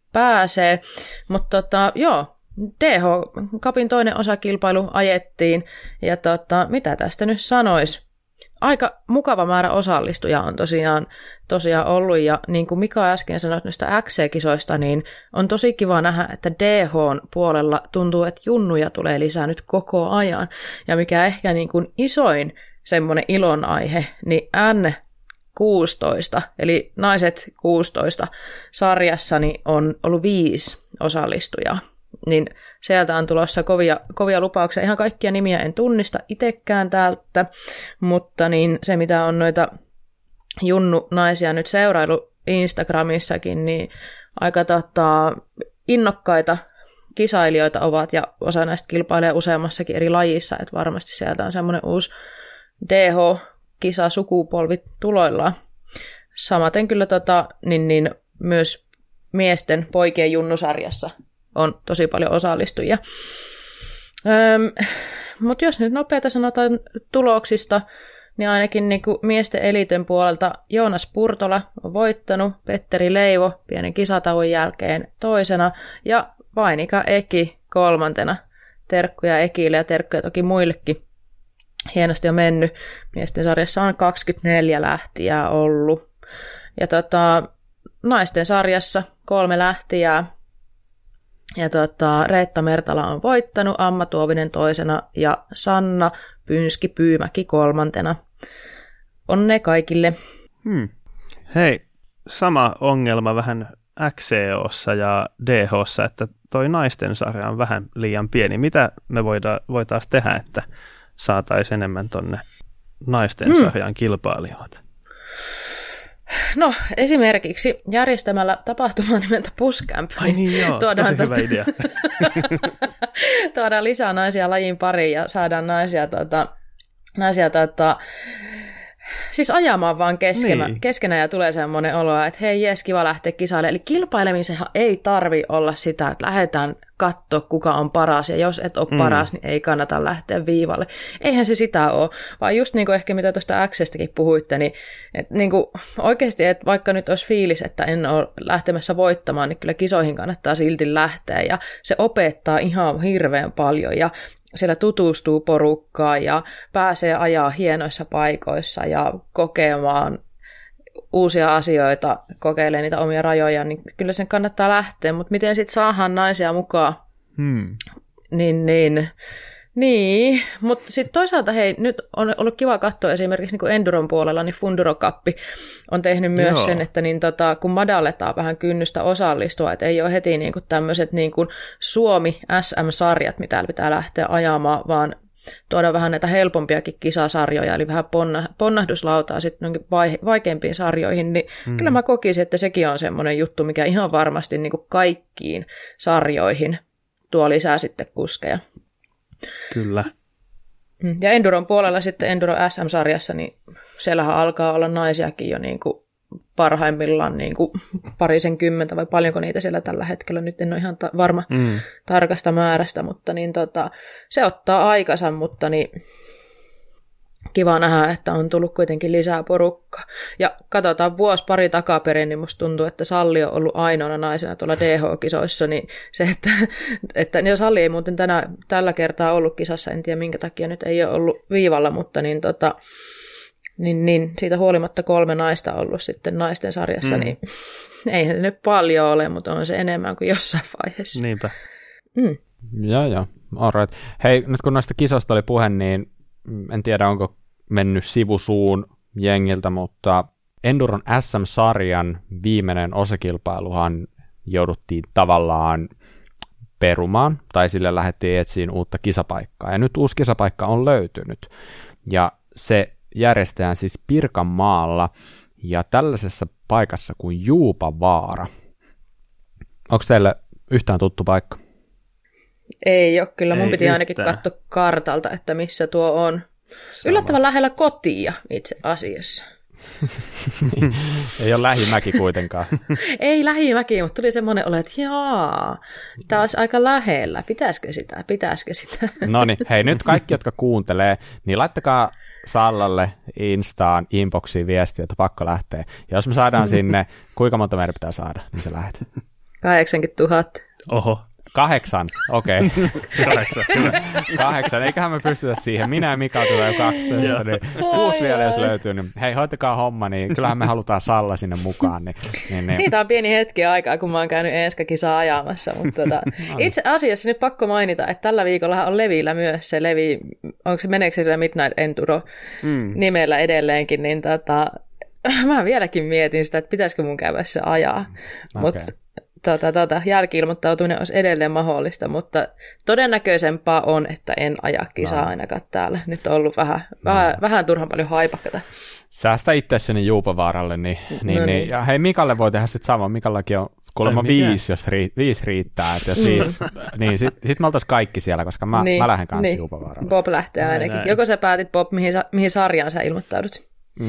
pääsee. Mutta joo, DH-cupin toinen osakilpailu ajettiin, ja mitä tästä nyt sanoisi? Aika mukava määrä osallistujia on tosiaan ollut, ja niin kuin Mika äsken sanoi noista XC-kisoista, niin on tosi kiva nähdä, että DH:n puolella tuntuu, että junnuja tulee lisää nyt koko ajan, ja mikä ehkä niin kuin isoin semmoinen ilonaihe, niin N16, eli naiset 16 sarjassani on ollut 5 osallistujaa. Niin sieltä on tulossa kovia lupauksia. Ihan kaikkia nimiä en tunnista itsekään täältä, mutta niin se, mitä on noita junnu-naisia nyt seurailu Instagramissakin, niin aika innokkaita kisailijoita ovat, ja osa näistä kilpailee useammassakin eri lajissa, että varmasti sieltä on semmoinen uusi DH-kisasukupolvi tuloillaan. Samaten kyllä niin myös miesten poikien junnusarjassa on tosi paljon osallistujia. Mutta jos nyt nopeata sanotaan tuloksista, niin ainakin niinku miesten eliten puolelta Joonas Purtola on voittanut, Petteri Leivo pienen kisatauon jälkeen toisena ja Vainika Eki kolmantena. Terkkuja Ekille ja terkkuja toki muillekin. Hienosti on mennyt. Miesten sarjassa on 24 lähtijää ollut. Ja naisten sarjassa 3 lähtijää. Ja Reetta Mertala on voittanut, Amma Tuovinen toisena ja Sanna Pynski-Pyymäki kolmantena. Onne kaikille. Hei, sama ongelma vähän XCOssa ja DH:ssa, että toi naisten sarja on vähän liian pieni. Mitä me voitaisiin tehdä, että saataisiin enemmän tonne naisten sarjan kilpailijoita? No, esimerkiksi järjestämällä tapahtumaa nimeltä Puscamp. Ai niin joo, tosi hyvä idea. Tuodaan lisää naisia lajin pariin ja saadaan naisia siis ajamaan vaan keskenään ja tulee semmoinen olo, että hei jes, kiva lähteä kisailemaan. Eli kilpailemisenhan ei tarvi olla sitä, että lähdetään katsoa, kuka on paras, ja jos et ole paras, niin ei kannata lähteä viivalle. Eihän se sitä ole, vaan just niin kuin ehkä mitä tuosta X:stäkin puhuitte, niin, niin kuin oikeasti, että vaikka nyt olisi fiilis, että en ole lähtemässä voittamaan, niin kyllä kisoihin kannattaa silti lähteä, ja se opettaa ihan hirveän paljon, ja siellä tutustuu porukkaan ja pääsee ajaa hienoissa paikoissa ja kokemaan uusia asioita, kokeilemaan niitä omia rajoja, niin kyllä sen kannattaa lähteä. Mutta miten sitten saadaan naisia mukaan? Niin. Mutta sitten toisaalta hei, nyt on ollut kiva katsoa esimerkiksi niin kuin Enduron puolella, niin Funduro Cup on tehnyt myös sen, että niin kun madalletaan vähän kynnystä osallistua, että ei ole heti niin kuin tämmöiset niin kuin Suomi SM-sarjat, mitä pitää lähteä ajamaan, vaan tuoda vähän näitä helpompiakin kisasarjoja, eli vähän ponnahduslautaa sitten vaikeimpiin sarjoihin, niin kyllä mä kokisin, että sekin on semmoinen juttu, mikä ihan varmasti niin kuin kaikkiin sarjoihin tuo lisää sitten kuskeja. Kyllä. Ja Enduron puolella sitten Enduro SM-sarjassa, niin siellähän alkaa olla naisiakin jo niin kuin parhaimmillaan niin kuin 20 vai paljonko niitä siellä tällä hetkellä, nyt en ole ihan varma tarkasta määrästä, mutta niin se ottaa aikansa, mutta niin kiva nähdä, että on tullut kuitenkin lisää porukkaa. Ja katsotaan pari takaperin, niin musta tuntuu, että Salli on ollut ainoana naisena tuolla DH-kisoissa, niin se, että jos Salli ei muuten tällä kertaa ollut kisassa, en tiedä minkä takia nyt ei ole ollut viivalla, mutta niin siitä huolimatta 3 naista ollut sitten naisten sarjassa, niin eihän se nyt paljon ole, mutta on se enemmän kuin jossain vaiheessa. Niinpä. Joo, all right. Hei, nyt kun noista kisoista oli puhe, niin en tiedä, onko mennyt sivusuun jengiltä, mutta Enduron SM-sarjan viimeinen osakilpailuhan jouduttiin tavallaan perumaan, tai sille lähdettiin etsiin uutta kisapaikkaa. Ja nyt uusi kisapaikka on löytynyt, ja se järjestetään siis Pirkanmaalla, ja tällaisessa paikassa kuin Juupavaara. Onko teille yhtään tuttu paikka? Ei ole, kyllä mun piti ainakin katsoa kartalta, että missä tuo on. Yllättävän lähellä kotia itse asiassa. Ei ole lähimäki kuitenkaan. Ei lähimäki, mutta tuli semmoinen olo, että tämä olisi aika lähellä. Pitäisikö sitä? No niin, hei nyt kaikki, jotka kuuntelee, niin laittakaa Sallalle Instaan, inboxiin viestiä, että pakko lähtee. Ja jos me saadaan sinne, kuinka monta meidän pitää saada, niin se lähtee. 80 000. Oho. 8, okei. Okay. 8. 8, eiköhän me pystytä siihen. Minä ja Mika tulee 12, niin 6 vielä jos löytyy, niin hei, hoitakaa homma, niin kyllähän me halutaan Salla sinne mukaan. Niin. Siitä on pieni hetki aikaa, kun mä oon käynyt Enska-kisaa ajamassa, mutta itse asiassa nyt pakko mainita, että tällä viikolla on Levillä myös se Levi, meneekö se Midnight Enduro nimellä edelleenkin, niin mä vieläkin mietin sitä, että pitäisikö mun käydä se ajaa, mutta jälki-ilmoittautuminen olisi edelleen mahdollista, mutta todennäköisempää on, että en aja kisaa ainakaan täällä. Nyt on ollut vähän turhan paljon haipakata. Säästä itse sinne Juupavaaralle, niin. Ja hei, Mikalle voi tehdä sitten sama. Mikallakin on kuulemma 5, jos 5 riittää. Että jos 5, niin sitten me oltaisiin kaikki siellä, koska mä lähden kanssa Juupavaaralle. Bob lähtee ainakin. Joko sä päätit, Bob, mihin sarjaan sä ilmoittaudut?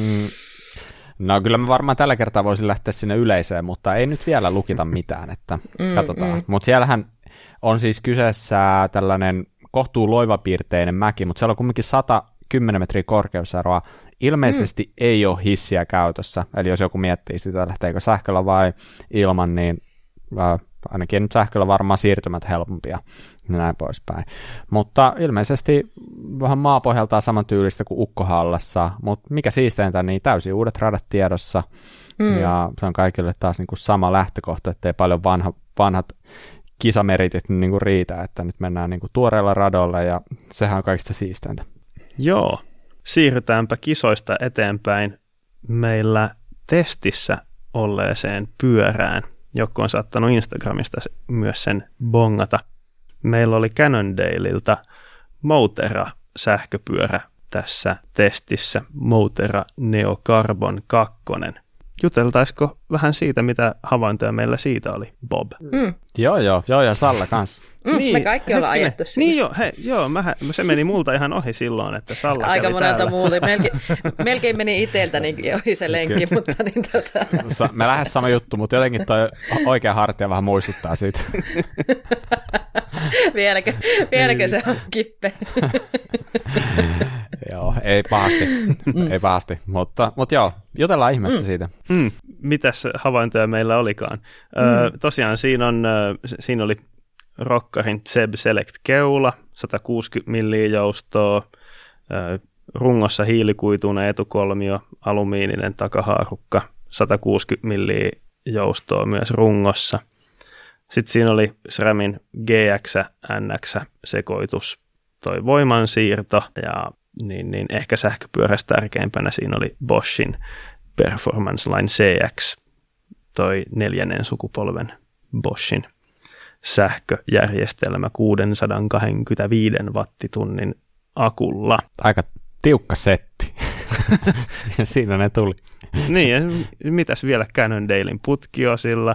No kyllä mä varmaan tällä kertaa voisin lähteä sinne yleisöön, mutta ei nyt vielä lukita mitään, että katsotaan. Mutta siellähän on siis kyseessä tällainen kohtuu loivapiirteinen mäki, mutta siellä on kumminkin 110 metriä korkeuseroa. Ilmeisesti ei ole hissiä käytössä, eli jos joku miettii sitä, lähteekö sähköllä vai ilman, niin ainakin nyt sähköllä varmaan siirtymät helpompia ja näin poispäin. Mutta ilmeisesti vähän maapohjaltaan samantyylistä kuin Ukkohallassa, mutta mikä siisteintä, niin täysin uudet radat tiedossa, ja se on kaikille taas niin kuin sama lähtökohta, ettei paljon vanhat kisameritit niin kuin riitä, että nyt mennään niin kuin tuoreilla radoilla, ja sehän on kaikista siisteintä. Joo, siirrytäänpä kisoista eteenpäin meillä testissä olleeseen pyörään. Joku on saattanut Instagramista myös sen bongata. Meillä oli Cannondaleilta Motera sähköpyörä tässä testissä, Motera Neo Carbon 2. Juteltaisiko vähän siitä, mitä havaintoja meillä siitä oli, Bob? Joo, ja Salla kanssa. Niin, me kaikki ollaan ajettu sitä. Niin se meni multa ihan ohi silloin, että Salla aika kävi monelta täällä. Muulta. Melkein meni itseltäni ohi se lenkki, mutta niin Me lähes sama juttu, mutta jotenkin toi oikea hartia vähän muistuttaa siitä. Vieläkö se on kippe? Joo, ei pahasti, mutta joo, jutellaan ihmeessä siitä. Mitäs havaintoja meillä olikaan? Tosiaan siinä oli Rokkarin Zeb Select keula, 160 milliä joustoa, rungossa hiilikuituinen etukolmio, alumiininen takahaarukka, 160 milliä joustoa myös rungossa. Sitten siinä oli SRAMin GX NX sekoitus, toi voimansiirto ja niin ehkä sähköpyörästä tärkeimpänä siinä oli Boschin Performance Line CX, toi 4. sukupolven Boschin sähköjärjestelmä 625 wattitunnin akulla. Aika tiukka setti. Siinä ne tuli. Niin, ja mitäs vielä Cannondalein putkiosilla,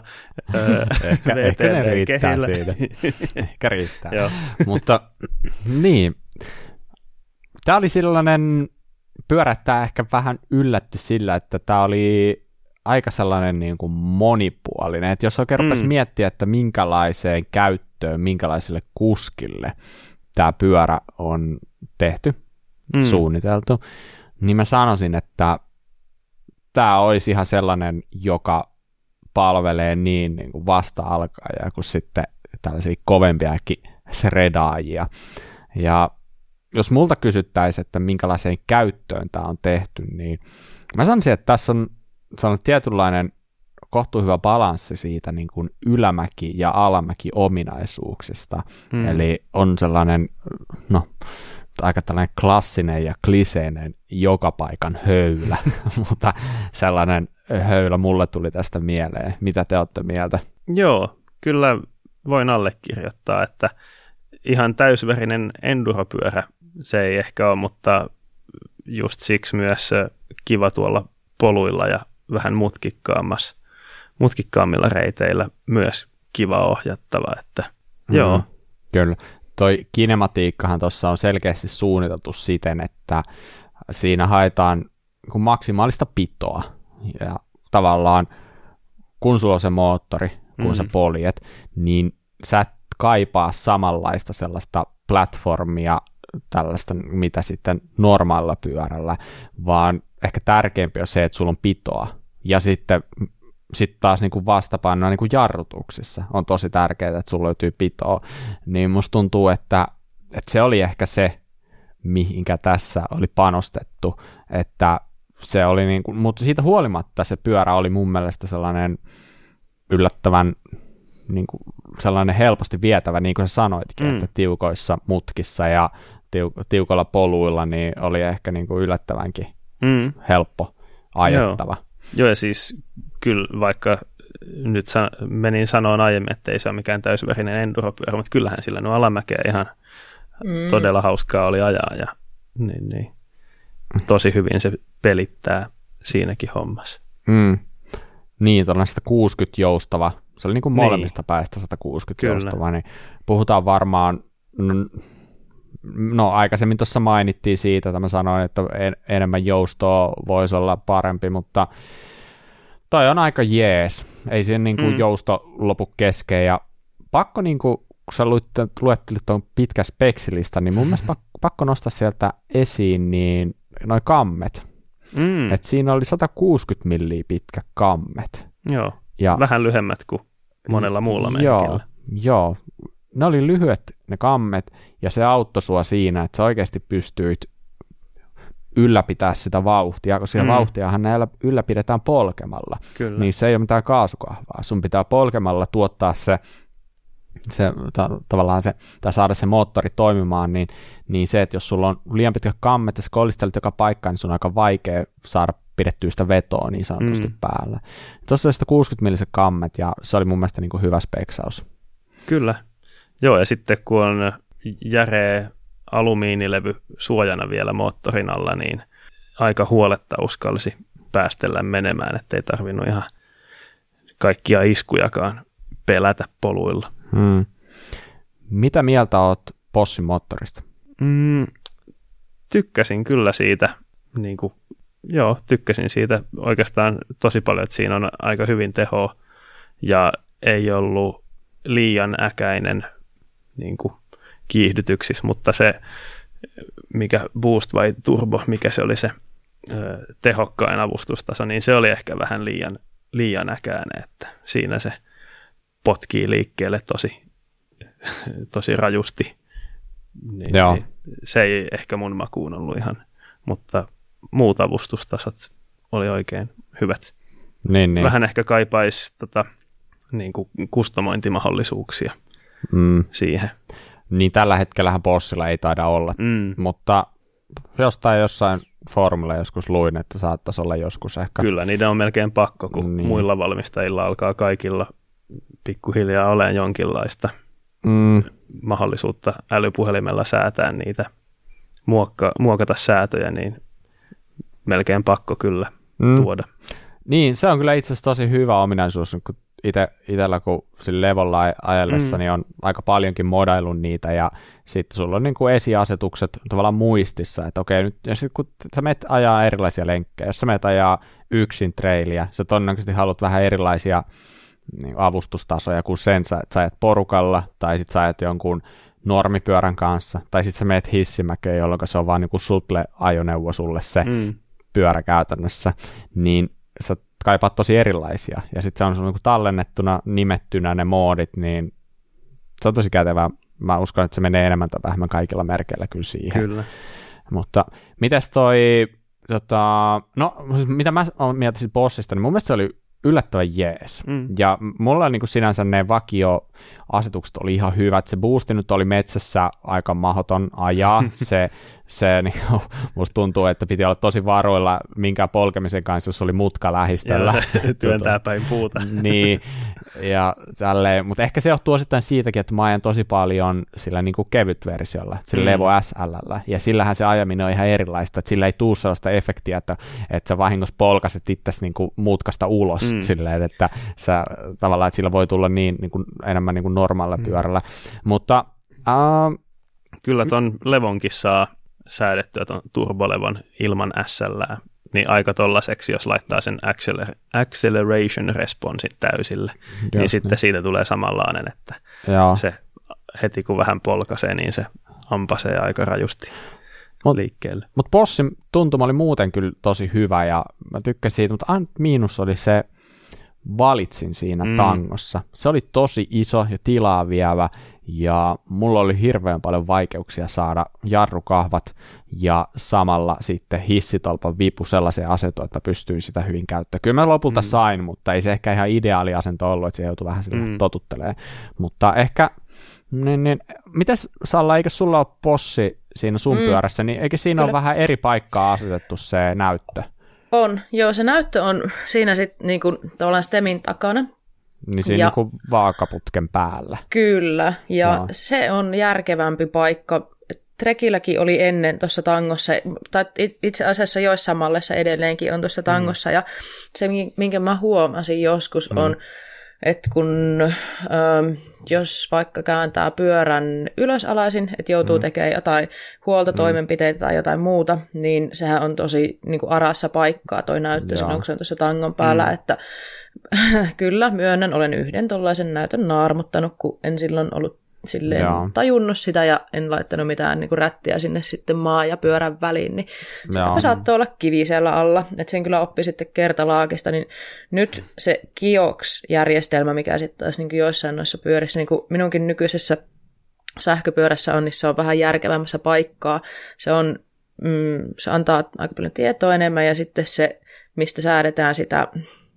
ehkä ne riittää siitä. Ehkä riittää. Mutta niin, tämä oli sellainen pyörättää ehkä vähän yllätty sillä, että tämä oli aika sellainen niin kuin monipuolinen, että jos oikein rupesi miettiä, että minkälaiseen käyttöön, minkälaiselle kuskille tämä pyörä on tehty, suunniteltu, niin mä sanoisin, että tämä olisi ihan sellainen, joka palvelee niin kuin vasta-alkaajia kuin sitten tällaisia kovempiakin shredaajia. Ja jos multa kysyttäisiin, että minkälaiseen käyttöön tämä on tehty, niin mä sanoisin, että tässä on tietynlainen kohtuuhyvä balanssi siitä niin kuin ylämäki- ja alamäki ominaisuuksista. Eli on sellainen, aika tällainen klassinen ja kliseinen joka paikan höylä, mutta sellainen höylä mulle tuli tästä mieleen. Mitä te olette mieltä? Joo, kyllä voin allekirjoittaa, että ihan täysverinen enduropyörä se ei ehkä ole, mutta just siksi myös kiva tuolla poluilla ja vähän mutkikkaammilla reiteillä myös kiva ohjattava, että joo. Kyllä. Toi kinematiikkahan tuossa on selkeästi suunniteltu siten, että siinä haetaan maksimaalista pitoa ja tavallaan kun sulla on se moottori, kun sä poljet, niin sä et kaipaa samanlaista sellaista platformia tällaista, mitä sitten normaalilla pyörällä, vaan ehkä tärkeämpi on se, että sulla on pitoa. Ja sitten sitten taas niin kuin vastapainona niin kuin jarrutuksissa on tosi tärkeää, että sulla löytyy pitoa, niin musta tuntuu, että se oli ehkä se, mihinkä tässä oli panostettu, että se oli niin kuin, mutta siitä huolimatta se pyörä oli mun mielestä sellainen yllättävän niin kuin sellainen helposti vietävä, niin kuin sä sanoitkin, että tiukoissa mutkissa ja tiukalla poluilla niin oli ehkä niin kuin yllättävänkin helppo ajettava. Joo, ja siis kyllä vaikka nyt menin sanoon aiemmin, että ei se ole mikään täysverinen enduropyörä, mutta kyllähän sillä nuo alamäkeä ihan todella hauskaa oli ajaa ja niin. Tosi hyvin se pelittää siinäkin hommassa. Niin, tuollainen 160 joustava, se oli niin kuin molemmista päistä 160 kyllä. Joustava, niin puhutaan varmaan, no aikaisemmin tuossa mainittiin siitä, että mä sanoin, että enemmän joustoa voisi olla parempi, mutta toi on aika jees, ei siinä niin kuin jousto lopu kesken, ja pakko niin kuin, kun sä luettelit tuon pitkän speksilista, niin mun mielestä pakko nostaa sieltä esiin niin noi kammet. Et siinä oli 160 milliä pitkä kammet. Joo, ja vähän lyhyemmät kuin monella muulla merkillä. Joo, ne oli lyhyet ne kammet, ja se auttoi sua siinä, että sä oikeasti pystyit ylläpitää sitä vauhtia, koska sitä vauhtiahan näillä ylläpidetään polkemalla. Kyllä. Niin se ei ole mitään kaasukahvaa. Sun pitää polkemalla tuottaa tavallaan se, tai saada se moottori toimimaan, niin se, että jos sulla on liian pitkä kammet ja sä kollistelet joka paikkaan, niin sun on aika vaikea saada pidettyä sitä vetoa niin sanotusti päällä. Tuossa oli 160 milliset kammet, ja se oli mun mielestä niin kuin hyvä speksaus. Kyllä. Joo, ja sitten kun on järeä alumiinilevy suojana vielä moottorin alla, niin aika huoletta uskalsi päästellä menemään, ettei tarvinnut ihan kaikkia iskujakaan pelätä poluilla. Mitä mieltä oot Boschin moottorista? Tykkäsin kyllä siitä, tykkäsin siitä oikeastaan tosi paljon, että siinä on aika hyvin tehoa ja ei ollut liian äkäinen kiihdytyksissä, mutta se, mikä boost vai turbo, mikä se oli se tehokkain avustustaso, niin se oli ehkä vähän liian äkäinen, että siinä se potkii liikkeelle tosi rajusti. Niin, se ei ehkä mun makuun ollut ihan, mutta muut avustustasot oli oikein hyvät. Niin. Vähän ehkä kaipaisi kustomointimahdollisuuksia siihen. Niin tällä hetkellähän Boschilla ei taida olla, mutta jossain foorumilla joskus luin, että saattaisi olla joskus ehkä. Kyllä, niiden on melkein pakko, kun muilla valmistajilla alkaa kaikilla pikkuhiljaa olemaan jonkinlaista mahdollisuutta älypuhelimella säätää niitä, muokata säätöjä, niin melkein pakko kyllä tuoda. Niin, se on kyllä itse asiassa tosi hyvä ominaisuus, kun itsellä kun sillä levolla ajellessa, niin on aika paljonkin modailun niitä, ja sitten sulla on niin kuin esiasetukset tavallaan muistissa, että okei, nyt, ja sitten kun sä menet ajaa erilaisia lenkkejä, jos sä menet ajaa yksin trailia, sä todennäköisesti haluat vähän erilaisia niin avustustasoja kuin sen, sä ajat porukalla, tai sitten sä ajat jonkun normipyörän kanssa, tai sitten sä menet hissimäkeen, jolloin se on vaan niin kuin sutle-ajoneuvo sulle se pyörä käytännössä, niin sä kaipaat tosi erilaisia, ja sitten se on niin kuin tallennettuna, nimettynä ne moodit, niin se on tosi kätevää. Mä uskon, että se menee enemmän tai vähemmän kaikilla merkeillä kyllä siihen. Kyllä. Mutta mites mitä mä mietin Boschista, niin mun mielestä se oli yllättävän jees. Ja mulla niin kuin sinänsä ne vakioasetukset oli ihan hyvät. Se boosti nyt oli metsässä aika mahdoton ajaa. Se niin, musta tuntuu, että piti olla tosi varoilla minkään polkemisen kanssa, jos oli mutka lähistöllä. Työntää päin puuta. Niin, ja tälleen. Mutta ehkä se johtuu osittain siitäkin, että mä ajan tosi paljon sillä niin kuin kevytversiolla, sillä Levo SL:llä, ja sillähän se ajaminen on ihan erilaista, että sillä ei tule sellaista efektiä, että sä vahingossa polkaset itsesi niin kuin mutkasta ulos, silleen, että sä tavallaan, että sillä voi tulla niin kuin enemmän niin kuin normaalilla pyörällä. Mutta kyllä ton Levonkin saa säädettyä ton turbolevon ilman SL:ää, niin aika tollaiseksi, jos laittaa sen acceleration responsin täysille, niin sitten siitä tulee samanlainen, että se heti kun vähän polkaisee, niin se ampasee aika rajusti liikkeelle. Mutta Boschin tuntuma oli muuten kyllä tosi hyvä, ja mä tykkäsin siitä, mutta miinus oli se, valitsin siinä tangossa. Se oli tosi iso ja tilaa vievä, ja mulla oli hirveän paljon vaikeuksia saada jarrukahvat ja samalla sitten hissitolpan vipu sellaiseen asentoon, että pystyin sitä hyvin käyttämään. Kyllä mä lopulta sain, mutta ei se ehkä ihan ideaali asento ollut, että se joutui vähän sille totuttelemaan. Mutta ehkä, mites Salla, eikö sulla ole possi siinä sun pyörässä, niin eikö siinä ole vähän eri paikkaa asetettu se näyttö? On, joo, se näyttö on siinä sitten niinku tavallaan stemin takana. Niin siinä niinku vaakaputken päällä. Kyllä, ja se on järkevämpi paikka. Trekilläkin oli ennen tuossa tangossa, tai itse asiassa joissain malleissa edelleenkin on tuossa tangossa, ja se, minkä mä huomasin joskus on, että kun jos vaikka kääntää pyörän ylösalaisin, että joutuu tekemään jotain huoltotoimenpiteitä tai jotain muuta, niin sehän on tosi niin kuin arassa paikkaa toi näyttö silloin, kun se on tuossa tangon päällä, että kyllä myönnän, olen yhden tollaisen näytön naarmuttanut, kun en silloin ollut silleen tajunnut sitä ja en laittanut mitään niin kuin rättiä sinne sitten maa ja pyörän väliin, niin sitäpä saattoi olla kivi siellä alla, että sen kyllä oppi sitten kertalaakista, niin nyt se Kiox-järjestelmä, mikä sitten taas niin kuin joissain noissa pyörissä, niin kuin minunkin nykyisessä sähköpyörässä on, niin se on vähän järkevämmässä paikkaa, se antaa aika paljon tietoa enemmän ja sitten se, mistä säädetään sitä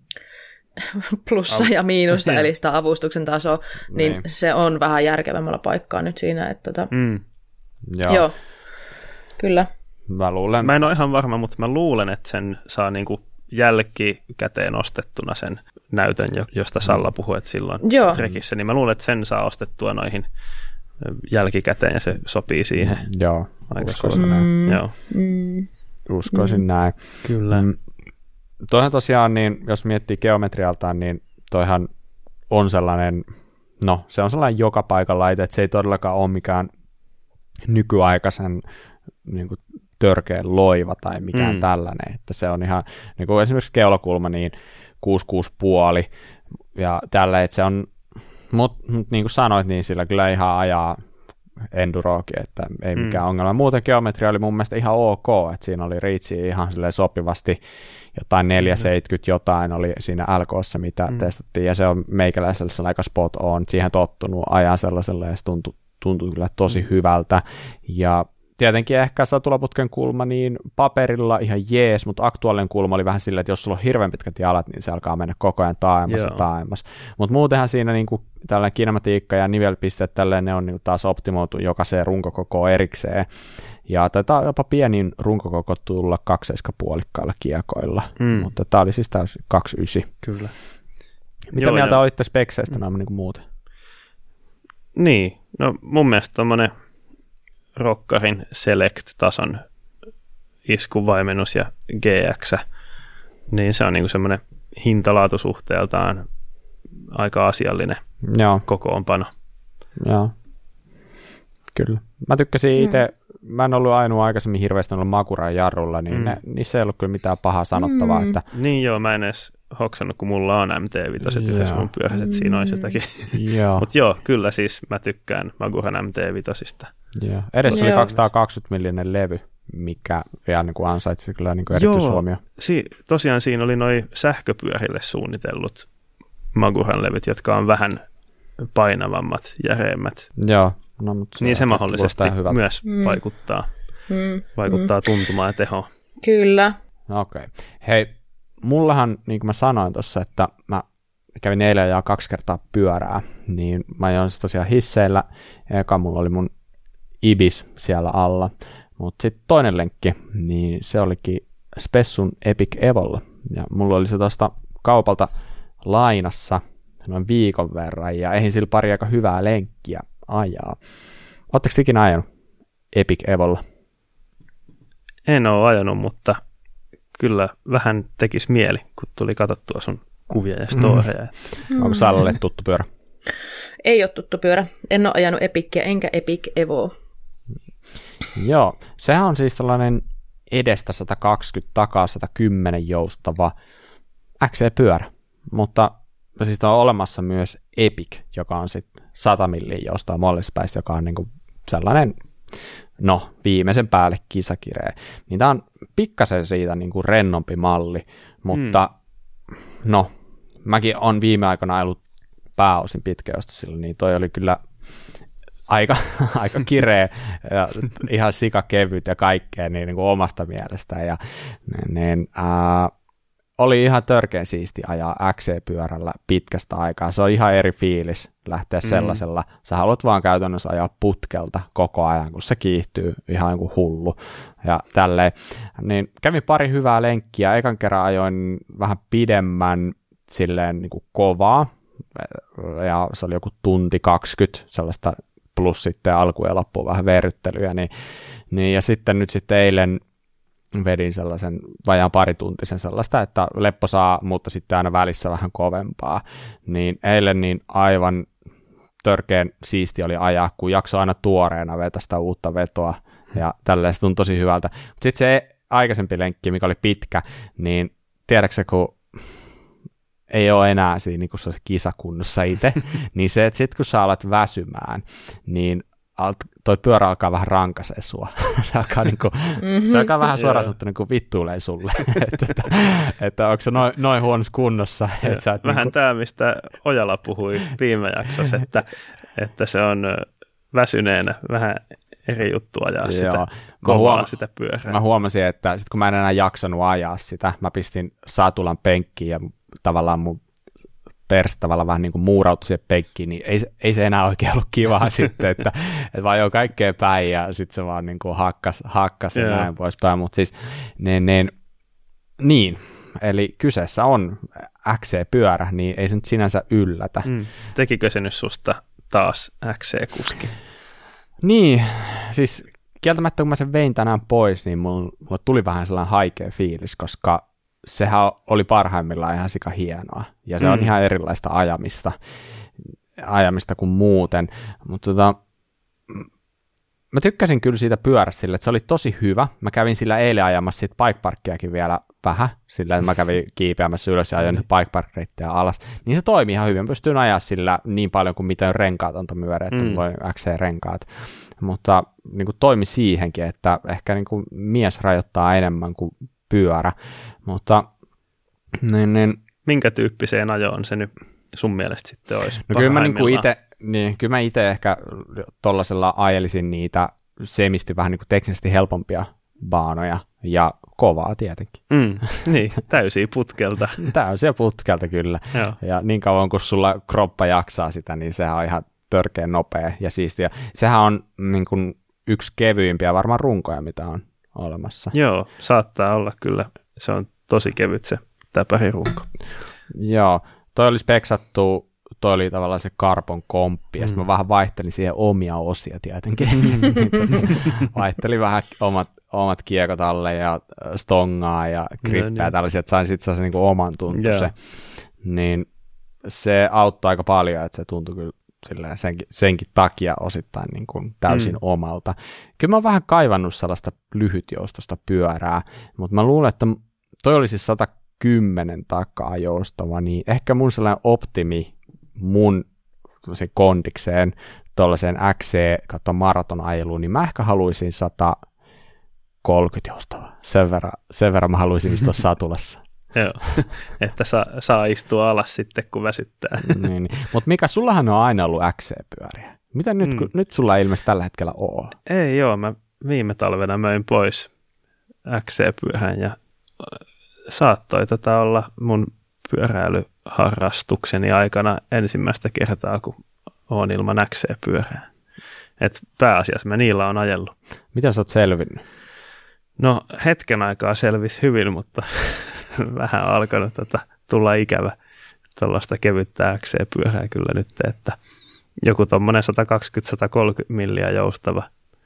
plussa ja miinusta, eli sitä avustuksen taso, niin se on vähän järkevämmällä paikkaa nyt siinä, että joo, kyllä. Mä en ole ihan varma, mutta mä luulen, että sen saa niinku jälkikäteen ostettuna sen näytön, josta Salla puhui, että silloin trekissä, niin mä luulen, että sen saa ostettua noihin jälkikäteen ja se sopii siihen. Joo, uskoisin näin. Uskoisin näin. Kyllä. Toihan tosiaan, niin jos miettii geometrialtaan, niin toihan on sellainen, se on sellainen joka paikan laite, että se ei todellakaan ole mikään nykyaikaisen niin kuin törkeän loiva tai mikään tällainen, että se on ihan, niin kuin esimerkiksi keulakulma, niin 6,5,5 ja tällä, että se on, mutta niin kuin sanoit, niin sillä kyllä ihan ajaa enduroakin, että ei mikään ongelma. Muuten geometria oli mun mielestä ihan ok, että siinä oli reachia ihan silleen sopivasti, jotain 470 jotain oli siinä LK:ssa, mitä testattiin, ja se on meikäläisellä aika spot on, siihen tottunut ajaa sellaiselle, ja se tuntui kyllä tosi hyvältä, ja tietenkin ehkä satulaputken kulma, niin paperilla ihan jees, mutta aktuaalinen kulma oli vähän silleen, että jos sulla on hirveän pitkät jalat, niin se alkaa mennä koko ajan taaemmas. Mutta muutenhan siinä niinku tällainen kinematiikka ja nivelpisteet, tälleen ne on niinku taas optimoitu jokaiseen runkokokoon erikseen. Ja taitaa jopa pienin runkokoko tulla 2,5 kiekoilla, mutta tämä oli siis täysin 2,9. Kyllä. Mitä mieltä olitte spekseistä noin niinku muuten? Niin, no mun mielestä tommonen Rockarin Select-tason iskuvaimennus ja GX, niin se on niinku semmoinen hintalaatusuhteeltaan aika asiallinen kokoonpano. Joo, kyllä. Mä tykkäsin itse, mä en ollut ainoa aikaisemmin hirveästi ollut Makuran jarrulla, niin niissä ei ollut kyllä mitään pahaa sanottavaa. Että niin joo, mä en edes hoksannut, kun mulla on MT-5 yhdessä mun pyörässä, että siinä olisi jotakin. Mutta joo, kyllä siis mä tykkään Makuran MT-5. Joo. Edessä oli 220 millinen levy, mikä vielä niin kuin ansaitsi kyllä niin kuin erityishuomio. Tosiaan siinä oli noi sähköpyörille suunnitellut Makuran levyt, jotka on vähän painavammat, järeemmät. Joo. No, mutta niin se mahdollisesti myös vaikuttaa tuntumaan ja tehoon. Kyllä. Okei. Hei, mullahan, niin kuin mä sanoin tuossa, että mä kävin eilen ja 2 kertaa pyörää, niin mä ajoin tosiaan hisseillä, eka mulla oli mun Ibis siellä alla, mutta sitten toinen lenkki, niin se olikin Spessun Epic Evolla, ja mulla oli se tuosta kaupalta lainassa noin viikon verran, ja eihin sillä pari aika hyvää lenkkiä ajaa. Oletteko ikinä ajanut Epic Evolla? En ole ajanut, mutta kyllä vähän tekisi mieli, kun tuli katsottua sun kuvia ja storeja. Onko Sallalle tuttu pyörä? Ei ole tuttu pyörä. En ole ajanut Epicia enkä Epic Evoa. Joo, sehän on siis tällainen edestä 120, takaa 110 joustava XC-pyörä, mutta siis on olemassa myös Epic, joka on sitten 100 milliä joustava mollispäistä, joka on niinku sellainen, viimeisen päälle kisakireä. Niin tämä on pikkasen siitä niinku rennompi malli, mutta mäkin on viime aikoina ollut pääosin pitkäjoustosilla, niin toi oli kyllä aika kireä ja ihan sikakevyt ja kaikkea niin kuin omasta mielestä. Ja, oli ihan törkeän siisti ajaa XC-pyörällä pitkästä aikaa. Se on ihan eri fiilis lähteä sellaisella. Sä haluat vaan käytännössä ajaa putkelta koko ajan, kun se kiihtyy ihan niin kuin hullu. Ja tälleen. Niin kävin pari hyvää lenkkiä. Ekan kerran ajoin vähän pidemmän silleen niin kuin kovaa. Ja se oli joku tunti 20 sellaista plus sitten alku ja loppuun vähän verryttelyä. Niin, ja sitten nyt sitten eilen vedin sellaisen vajaan parituntisen sellaista, että lepposaa, mutta sitten aina välissä vähän kovempaa. Niin eilen niin aivan törkeän siisti oli ajaa, kun jakso aina tuoreena vetä sitä uutta vetoa, ja tälleen se tuntui tosi hyvältä. Mutta sitten se aikaisempi lenkki, mikä oli pitkä, niin tiedätkö kun ei ole enää siinä niin kun se kisakunnossa itse, niin se, että sitten kun sä alat väsymään, niin toi pyörä alkaa vähän rankasee sua. Se alkaa vähän suoraan sanottuna niin vittuilee sulle, että onko se noin huonossa kunnossa. Vähän niin tämä, mistä Ojala puhui viime jaksossa, että se on väsyneenä vähän eri juttu ajaa sitä sitä pyörää. Mä huomasin, että sit kun mä en enää jaksanut ajaa sitä, mä pistin satulan penkkiin ja tavallaan mun persi tavallaan vähän niin kuin muurautui siihen penkkiin, niin ei se enää oikein ollut kivaa sitten, että vaan jo kaikkea päin ja sitten se vaan niin kuin hakkas ja näin poispäin, mutta siis niin, eli kyseessä on XC-pyörä, niin ei se nyt sinänsä yllätä. Tekikö se nyt susta taas XC-kuski? Niin, siis kieltämättä kun mä sen vein tänään pois, niin mulle tuli vähän sellainen haikea fiilis, koska sehän oli parhaimmillaan ihan sika hienoa, ja se on ihan erilaista ajamista kuin muuten, mutta mä tykkäsin kyllä siitä pyörästä sille, että se oli tosi hyvä. Mä kävin sillä eilen ajamassa siitä bikeparkkiakin vielä vähän, sillä että mä kävin kiipeämässä ylös ja ajoin bikepark-reittejä alas, niin se toimi ihan hyvin. Mä pystyin ajaa sillä niin paljon kuin miten renkaat antoi myöden, että mulla oli XC-renkaat, mutta niin kuin toimi siihenkin, että ehkä niin kuin mies rajoittaa enemmän kuin pyörä, mutta minkä tyyppiseen ajoon se nyt sun mielestä sitten olisi? No kyllä mä itse ehkä tollasella ajelisin niitä semisti vähän niin kuin teknisesti helpompia baanoja ja kovaa tietenkin. Niin, täysiä putkelta. Täysiä putkelta kyllä. Joo. Ja niin kauan kun sulla kroppa jaksaa sitä, niin sehän on ihan törkeän nopea ja siistiä. Sehän on niin kuin yksi kevyimpiä varmaan runkoja, mitä on olemassa. Joo, saattaa olla kyllä. Se on tosi kevyt se täpärirunko. Joo, toi oli speksattu, toi oli tavallaan se Carbon komppi, ja sitten mä vähän vaihtelin siihen omia osia tietenkin. Vaihtelin vähän omat kiekot alle ja stongaa ja grippejä ja tällaisia, että sain sitten sellaisen niin kuin oman tuntuisen. Niin se auttoi aika paljon, että se tuntui kyllä senkin takia osittain niin kuin täysin omalta. Kyllä mä oon vähän kaivannut sellaista lyhytjoustosta pyörää, mutta mä luulen, että toi oli siis 110 takaa joustava, niin ehkä mun sellainen optimi mun kondikseen tuollaiseen XC-maratonajeluun, niin mä ehkä haluaisin 130 joustavaa. Sen verran mä haluaisin istua satulassa. Joo, että saa istua alas sitten, kun väsyttää. niin. Mutta Mika, sullahan on aina ollut XC-pyöriä. Mitä nyt sulla ei ilmeisesti tällä hetkellä ole? Ei joo, mä viime talvena möin pois XC-pyörän ja saattoi olla mun pyöräilyharrastukseni aikana ensimmäistä kertaa, kun oon ilman XC-pyörää. Et pääasiassa mä niillä on ajellut. Miten sä oot selvinnyt? No hetken aikaa selvisi hyvin, mutta vähän on alkanut tulla ikävä tuollaista kevyttä XC-pyörää kyllä nyt, että joku tommonen 120-130 milliä joustava,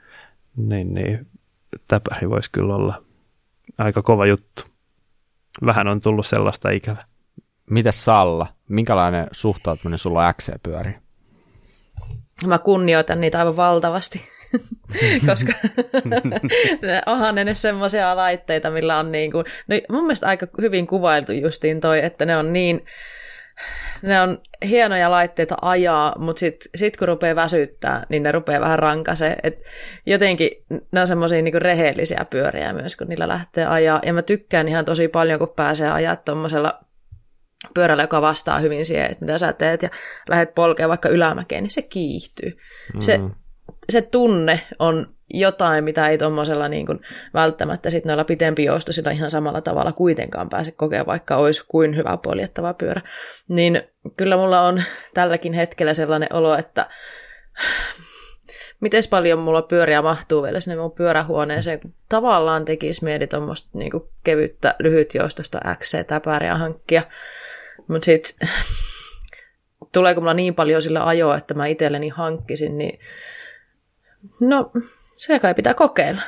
niin täpäri voisi kyllä olla aika kova juttu. Vähän on tullut sellaista ikävä. Mites Salla? Minkälainen suhtautuminen sulla on XC-pyöriin? Mä kunnioitan niitä aivan valtavasti, koska onhan ne semmoisia laitteita, millä on niin kuin, no mun mielestä aika hyvin kuvailtu justiin toi, että ne on hienoja laitteita ajaa, mutta sit kun rupeaa väsyttää, niin ne rupeaa vähän rankasee. Et jotenkin ne on semmoisia niinku rehellisiä pyöriä myös, kun niillä lähtee ajaa. Ja mä tykkään ihan tosi paljon, kun pääsee ajaa tuommoisella pyörällä, joka vastaa hyvin siihen, että mitä sä teet, ja lähdet polkemaan vaikka ylämäkeen, niin se kiihtyy. Se tunne on jotain, mitä ei tuommoisella niin kuin välttämättä sit noilla pitempijoustosilla ihan samalla tavalla kuitenkaan pääse kokemaan, vaikka olisi kuin hyvä poljettava pyörä. Niin kyllä mulla on tälläkin hetkellä sellainen olo, että miten paljon mulla pyöriä mahtuu vielä sinne mun pyörähuoneeseen, kun tavallaan tekisi mieli tuommoista niin kuin kevyttä, lyhytjoustosta XC-täpäriä hankkia. Mutta sitten tuleeko mulla niin paljon sillä ajoa, että mä itselleni hankkisin, niin no se kai pitää kokeilla.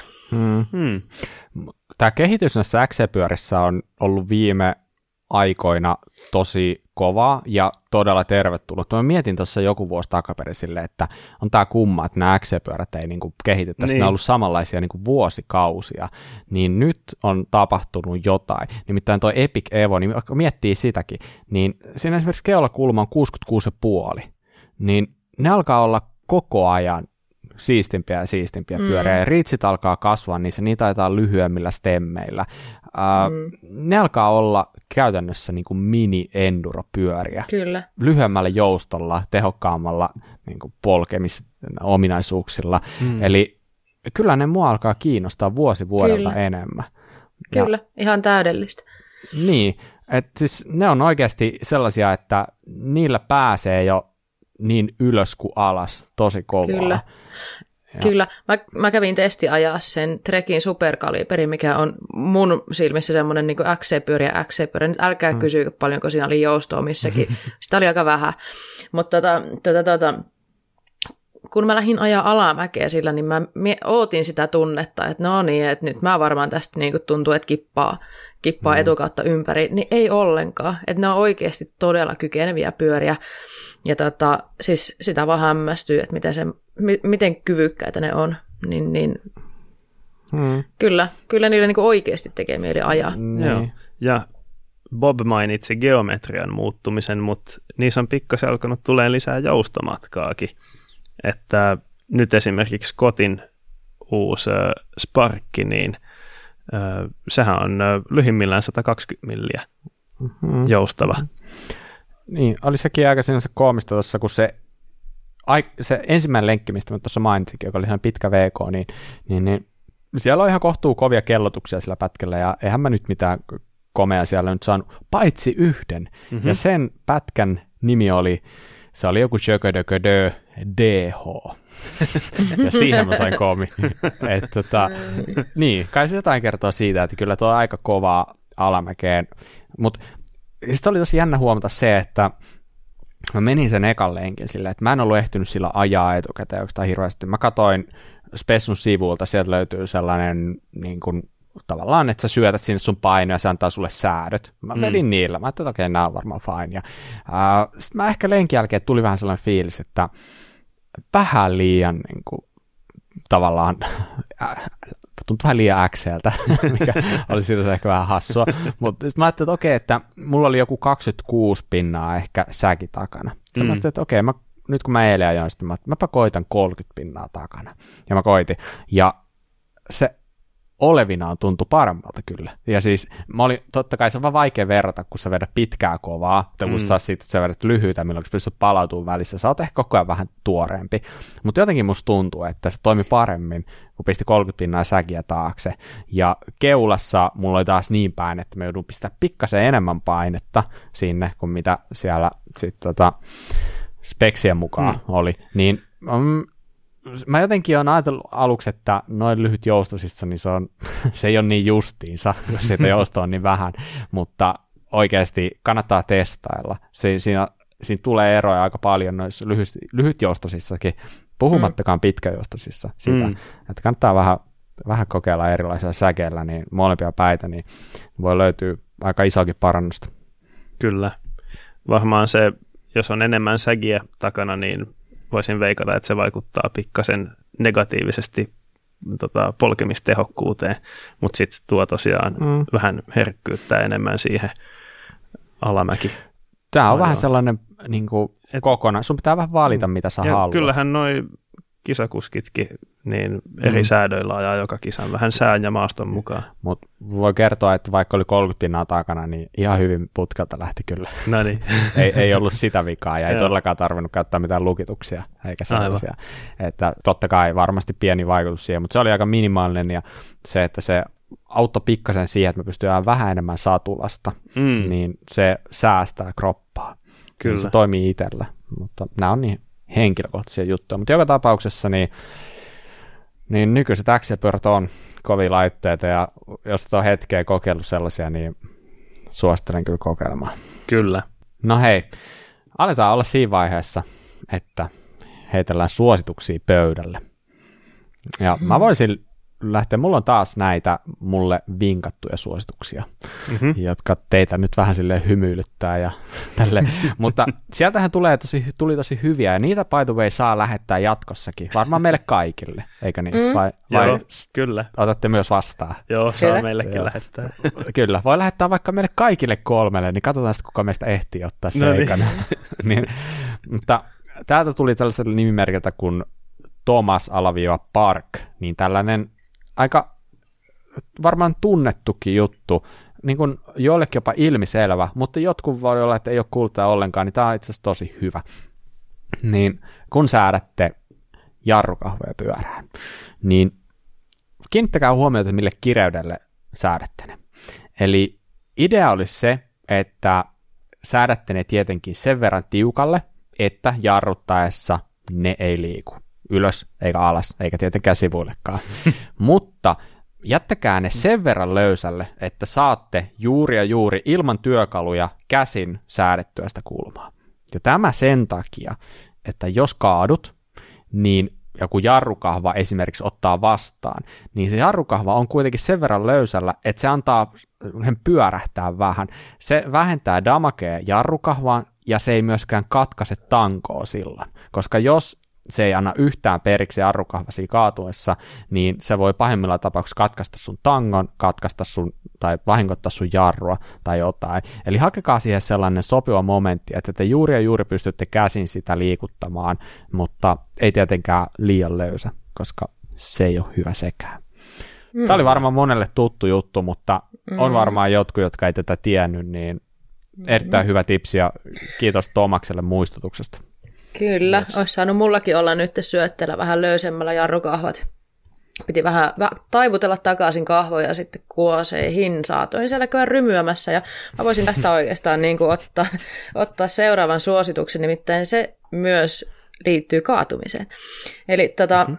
Tämä kehitys näissä XC-pyörissä on ollut viime aikoina tosi kova ja todella tervetullut. Mä mietin tuossa joku vuosi takaperin silleen, että on tämä kumma, että nämä XC-pyörät ei niinku kehity. Tästä ne on ollut samanlaisia niinku vuosikausia. Niin nyt on tapahtunut jotain. Nimittäin tuo Epic Evo, niin miettii sitäkin, niin siinä esimerkiksi keulakulma on 66,5. Niin ne alkaa olla koko ajan siistimpiä ja siistimpiä pyöriä, ja riitsit alkaa kasvaa, niin niitä taitaa lyhyemmillä stemmeillä. Ne alkaa olla käytännössä niin kuin mini-enduro-pyöriä. Kyllä. Lyhyemmällä joustolla, tehokkaammalla niin kuin polkemisominaisuuksilla. Eli kyllä ne mua alkaa kiinnostaa vuosi vuodelta enemmän. Kyllä, ihan täydellistä. Niin, että siis ne on oikeasti sellaisia, että niillä pääsee jo niin ylös kuin alas, tosi kovaa. Kyllä. Kyllä. Mä kävin testiajaa sen Trekin superkaliberin, mikä on mun silmissä semmoinen niin kuin XC-pyörä. Nyt älkää kysykö paljonko siinä oli joustoa missäkin. Sitä oli aika vähän. Mutta kun mä lähdin ajaa alamäkeä sillä, niin mä ootin sitä tunnetta, että no niin, että nyt mä varmaan tästä niin kuin tuntuu, että kippaa etukautta ympäri. Niin ei ollenkaan. Että ne on oikeasti todella kykeneviä pyöriä. Ja siis sitä vaan hämmästyy, että miten kyvykkäitä ne on, niin kyllä niillä niinku oikeasti tekee mieli ajaa. Joo. Ja Bob mainitsi geometrian muuttumisen, mutta niissä on pikkasen alkanut tulee lisää joustomatkaakin. Että nyt esimerkiksi Scottin uusi Sparkki, niin sehän on lyhimmillään 120 milliä joustava. Niin, oli sekin aika sinänsä koomista tuossa, kun se ensimmäinen lenkki, mistä mä tuossa mainitsinkin, joka oli ihan pitkä VK, niin siellä on ihan kohtuu kovia kellotuksia sillä pätkällä, ja eihän mä nyt mitään komea siellä nyt saanut, paitsi yhden. Ja sen pätkän nimi se oli joku Jöködöködö DH. Ja siihen mä sain koomi. Niin, kai se jotain kertoo siitä, että kyllä tuo on aika kovaa alamäkeen, mutta sitten oli tosi jännä huomata se, että mä menin sen ekan lenkin silleen, että mä en ollut ehtinyt sillä ajaa etukäteen oikeastaan hirveästi. Mä katsoin Spessun sivulta, sieltä löytyy sellainen niin kuin, tavallaan, että sä syötät sinne sun painoja ja se antaa sulle säädöt. Mä vedin niillä, mä ajattelin, että okei, nämä on varmaan fine. Sitten mä ehkä lenkin jälkeen tuli vähän sellainen fiilis, että vähän liian niin kuin, tavallaan tuntui vähän liian äkseeltä, mikä oli siinä ehkä vähän hassua. Mutta sitten mä ajattelin, että okei, että mulla oli joku 26 pinnaa ehkä säki takana. Sitten mä ajattelin, että okei, nyt kun mä eilen ajoin, sitten mäpä koitan 30 pinnaa takana. Ja mä koitin. Ja se olevinaan tuntui paremmalta kyllä. Ja siis totta kai se on vaan vaikea verrata, kun sä vedät pitkää kovaa, että kun sä sitten sä vedät lyhyitä, milloin sä pystyt palautumaan välissä. Sä oot ehkä koko ajan vähän tuoreempi. Mutta jotenkin musta tuntuu, että se toimi paremmin, kun pisti 30 pinnaa säkiä taakse. Ja keulassa mulla oli taas niin päin, että mä joudun pistää pikkasen enemmän painetta sinne, kuin mitä siellä sitten speksien mukaan oli. Niin mä jotenkin olen ajatellut aluksi, että noin lyhyt joustosissa, niin se ei ole niin justiinsa, jos siitä joustoa on niin vähän, mutta oikeasti kannattaa testailla. Siinä tulee eroja aika paljon noissa lyhytjoustosissakin, puhumattakaan pitkäjoustosissa sitä, että kannattaa vähän kokeilla erilaisilla säkeillä, niin molempia päitä, niin voi löytyä aika isoakin parannusta. Kyllä. Varmaan se, jos on enemmän säkiä takana, niin voisin veikata, että se vaikuttaa pikkasen negatiivisesti polkemistehokkuuteen, mutta sitten tuo tosiaan vähän herkkyyttä enemmän siihen alamäki. Tämä on vähän sellainen niin kuin kokonaan. Sun pitää vähän valita, mitä sä haluat. Kyllähän noi kisakuskitkin niin eri säädöillä ajaa joka kisan vähän sään ja maaston mukaan. Mutta voi kertoa, että vaikka oli 30 pinnaa takana, niin ihan hyvin putkelta lähti kyllä. No niin. ei ollut sitä vikaa ja ei todellakaan tarvinnut käyttää mitään lukituksia eikä sellaisia. Että totta kai varmasti pieni vaikutus siihen, mutta se oli aika minimaalinen ja se, että se auttoi pikkasen siihen, että me pystytään vähän enemmän satulasta, niin se säästää kroppaa. Kyllä. Se toimii itsellä, mutta nämä on niin henkilökohtaisia juttuja. Mutta joka tapauksessa niin nykyiset X-pyörät on kovia laitteita, ja jos et ole hetkeä kokeillut sellaisia, niin suosittelen kyllä kokeilemaan. Kyllä. No hei, aletaan olla siinä vaiheessa, että heitellään suosituksia pöydälle. Ja mä voisin lähteä, mulla on taas näitä mulle vinkattuja suosituksia, jotka teitä nyt vähän silleen hymyilyttää ja tälle, mutta sieltähän tuli tosi hyviä, ja niitä by the way saa lähettää jatkossakin, varmaan meille kaikille, eikä niin? Vai joo, kyllä. Otatte myös vastaan? Joo, saa meillekin lähettää. Kyllä, voi lähettää vaikka meille kaikille 3, niin katsotaan sitten, kuka meistä ehtii ottaa se ekana. Niin, mutta täältä tuli tällaisella nimimerkiltä kuin Thomas-Park, niin tällainen aika varmaan tunnettukin juttu, niin kuin joillekin jopa ilmiselvä, mutta jotkut voi olla, että ei ole kuullut ollenkaan, niin tämä on itse asiassa tosi hyvä. Niin kun säädätte jarrukahvoja pyörään, niin kiinnittäkää huomiota, mille kireydelle säädätte ne. Eli idea olisi se, että säädätte ne tietenkin sen verran tiukalle, että jarruttaessa ne ei liiku ylös eikä alas, eikä tietenkään sivuillekaan. Mutta jättäkää ne sen verran löysälle, että saatte juuri ilman työkaluja käsin säädettyä sitä kulmaa. Ja tämä sen takia, että jos kaadut, niin joku jarrukahva esimerkiksi ottaa vastaan, niin se jarrukahva on kuitenkin sen verran löysällä, että se antaa sen pyörähtää vähän. Se vähentää damagea jarrukahvaan, ja se ei myöskään katkaise tankoa silloin, koska jos se ei anna yhtään periksi jarrukahvasia kaatuessa, niin se voi pahimmilla tapauksissa katkaista sun tangon, tai vahingoittaa sun jarrua tai jotain. Eli hakekaa siihen sellainen sopiva momentti, että te juuri pystytte käsin sitä liikuttamaan, mutta ei tietenkään liian löysä, koska se ei ole hyvä sekään. Tämä oli varmaan monelle tuttu juttu, mutta on varmaan jotkut, jotka ei tätä tiennyt, niin erittäin hyvä tipsi ja kiitos Tomakselle muistutuksesta. Kyllä, yes. Olisi saanut mullakin olla nyt syötteellä vähän löysemmällä jarrukahvat. Piti vähän taivutella takaisin kahvoja sitten kuoseihin. Saatoin siellä kyllä rymyämässä ja mä voisin tästä oikeastaan niin kuin ottaa seuraavan suosituksen, nimittäin se myös liittyy kaatumiseen. Eli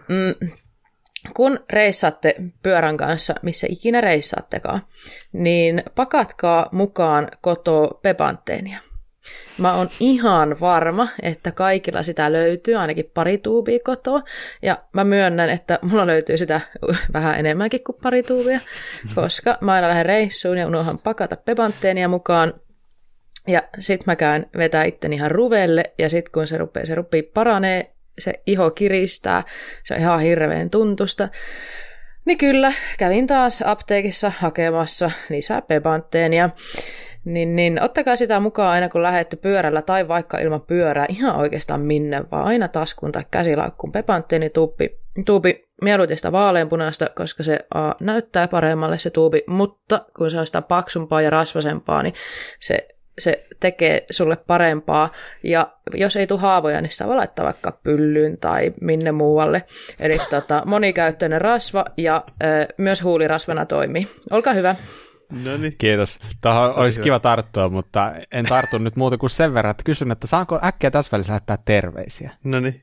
kun reissaatte pyörän kanssa, missä ikinä reissaattekaan, niin pakatkaa mukaan kotoa pepantteenia. Mä oon ihan varma, että kaikilla sitä löytyy, ainakin pari tuubia kotoa, ja mä myönnän, että mulla löytyy sitä vähän enemmänkin kuin pari tuubia, koska mä aina lähden reissuun ja unohan pakata pepantteenia mukaan, ja sit mä käyn vetää itteni ihan ruvelle, ja sit kun se rupeaa paranee, se iho kiristää, se on ihan hirveän tuntusta, niin kyllä, kävin taas apteekissa hakemassa lisää pepantteenia. Niin ottakaa sitä mukaan aina, kun lähdette pyörällä tai vaikka ilman pyörää, ihan oikeastaan minne, vaan aina taskuun tai käsilaukkuun pepantteeni-tuubi mieluiten sitä vaaleanpunaista, koska se näyttää paremmalle se tuubi, mutta kun se on sitä paksumpaa ja rasvasempaa, niin se tekee sulle parempaa, ja jos ei tule haavoja, niin sitä voi laittaa vaikka pyllyyn tai minne muualle. Eli monikäyttöinen rasva ja myös huulirasvana toimii. Olkaa hyvä. Noniin. Kiitos. Tuohon olisi kiva tarttua, mutta en tartu nyt muuta kuin sen verran, että kysyn, että saanko äkkiä tässä välissä lähettää terveisiä? Noniin.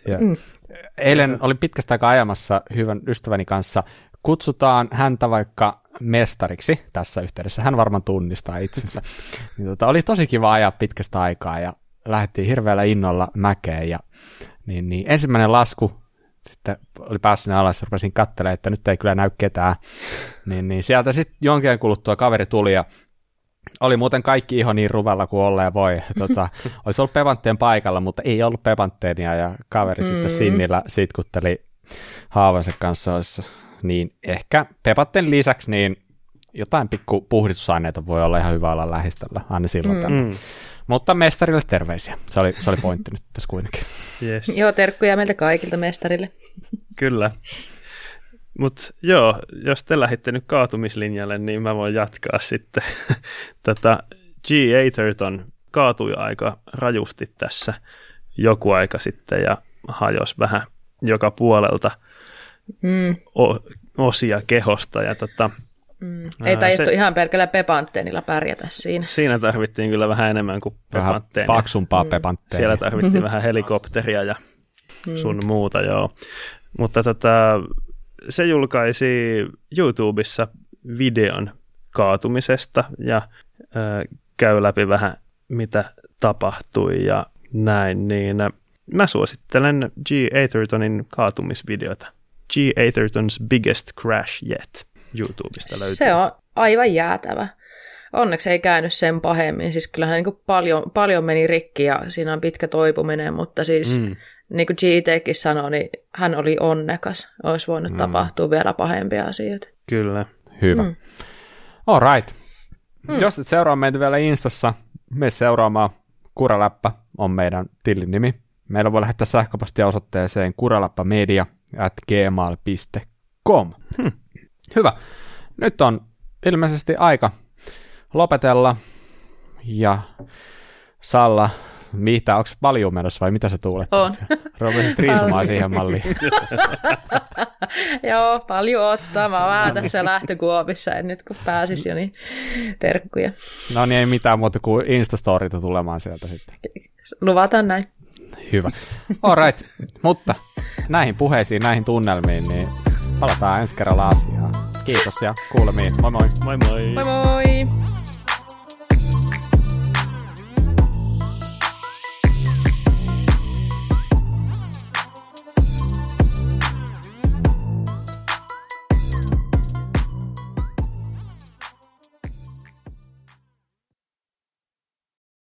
Eilen olin pitkästä aikaa ajamassa hyvän ystäväni kanssa. Kutsutaan häntä vaikka mestariksi tässä yhteydessä. Hän varmaan tunnistaa itsensä. Oli tosi kiva ajaa pitkästä aikaa ja lähdettiin hirveällä innolla mäkeen. Ja, niin ensimmäinen lasku, sitten oli päässyt sinne alas ja rupesin katselemaan, että nyt ei kyllä näy ketään. Niin sieltä sitten jonkin kuluttua kaveri tuli ja oli muuten kaikki iho niin ruvella kuin olleen voi. Olisi ollut pepantteen paikalla, mutta ei ollut pepantteenia ja kaveri sitten sinnillä sitkutteli haavansa kanssa. Niin ehkä pepantteen lisäksi niin jotain pikku puhdistusaineita voi olla ihan hyvä olla lähistöllä aina silloin tänne. Mutta mestarille terveisiä. Se oli pointti nyt tässä kuitenkin. Yes. Joo, terkkuja meiltä kaikilta mestarille. Kyllä. Mutta joo, jos te lähditte nyt kaatumislinjalle, niin mä voin jatkaa sitten. G. Atherton kaatui aika rajusti tässä joku aika sitten ja hajosi vähän joka puolelta osia kehosta. Ja Ei taidettu ihan pelkällä pepantteenilla pärjätä siinä. Siinä tarvittiin kyllä vähän enemmän kuin pepantteenia. Vähän paksumpaa pepantteenia. Siellä tarvittiin vähän helikopteria ja sun muuta, joo. Mutta se julkaisi YouTubessa videon kaatumisesta ja käy läpi vähän mitä tapahtui ja näin, niin mä suosittelen G. Athertonin kaatumisvideota. G. Atherton's Biggest Crash Yet YouTubesta löytyy. Se on aivan jäätävä. Onneksi ei käynyt sen pahemmin. Siis kyllähän niin paljon meni rikki ja siinä on pitkä toipuminen, mutta siis niin kuin G. itsekin sanoi, niin hän oli onnekas. Olisi voinut tapahtua vielä pahempia asioita. Kyllä. Hyvä. All right. Jos et seuraa meitä vielä Instassa, mene seuraamaan. Kuraläppä on meidän tilin nimi. Meillä voi lähettää sähköpostia osoitteeseen kuraläppämedia@gmail.com. Hyvä. Nyt on ilmeisesti aika lopetella. Ja Salla, onko paljon menossa vai mitä sä tuulet? On. Rupesit riisumaan siihen malliin. Joo, paljon ottaa. Mä oon vähän tässä lähtökuopissa, en nyt kun pääsis jo, niin terkkuja. No niin, ei mitään muuta kuin Instastorita tulemaan sieltä sitten. Luvataan näin. Hyvä. All right. Mutta näihin puheisiin, näihin tunnelmiin, niin palataan ensi kerralla asiaan. Kiitos ja kuulemiin. Moi moi. Moi moi. Moi moi.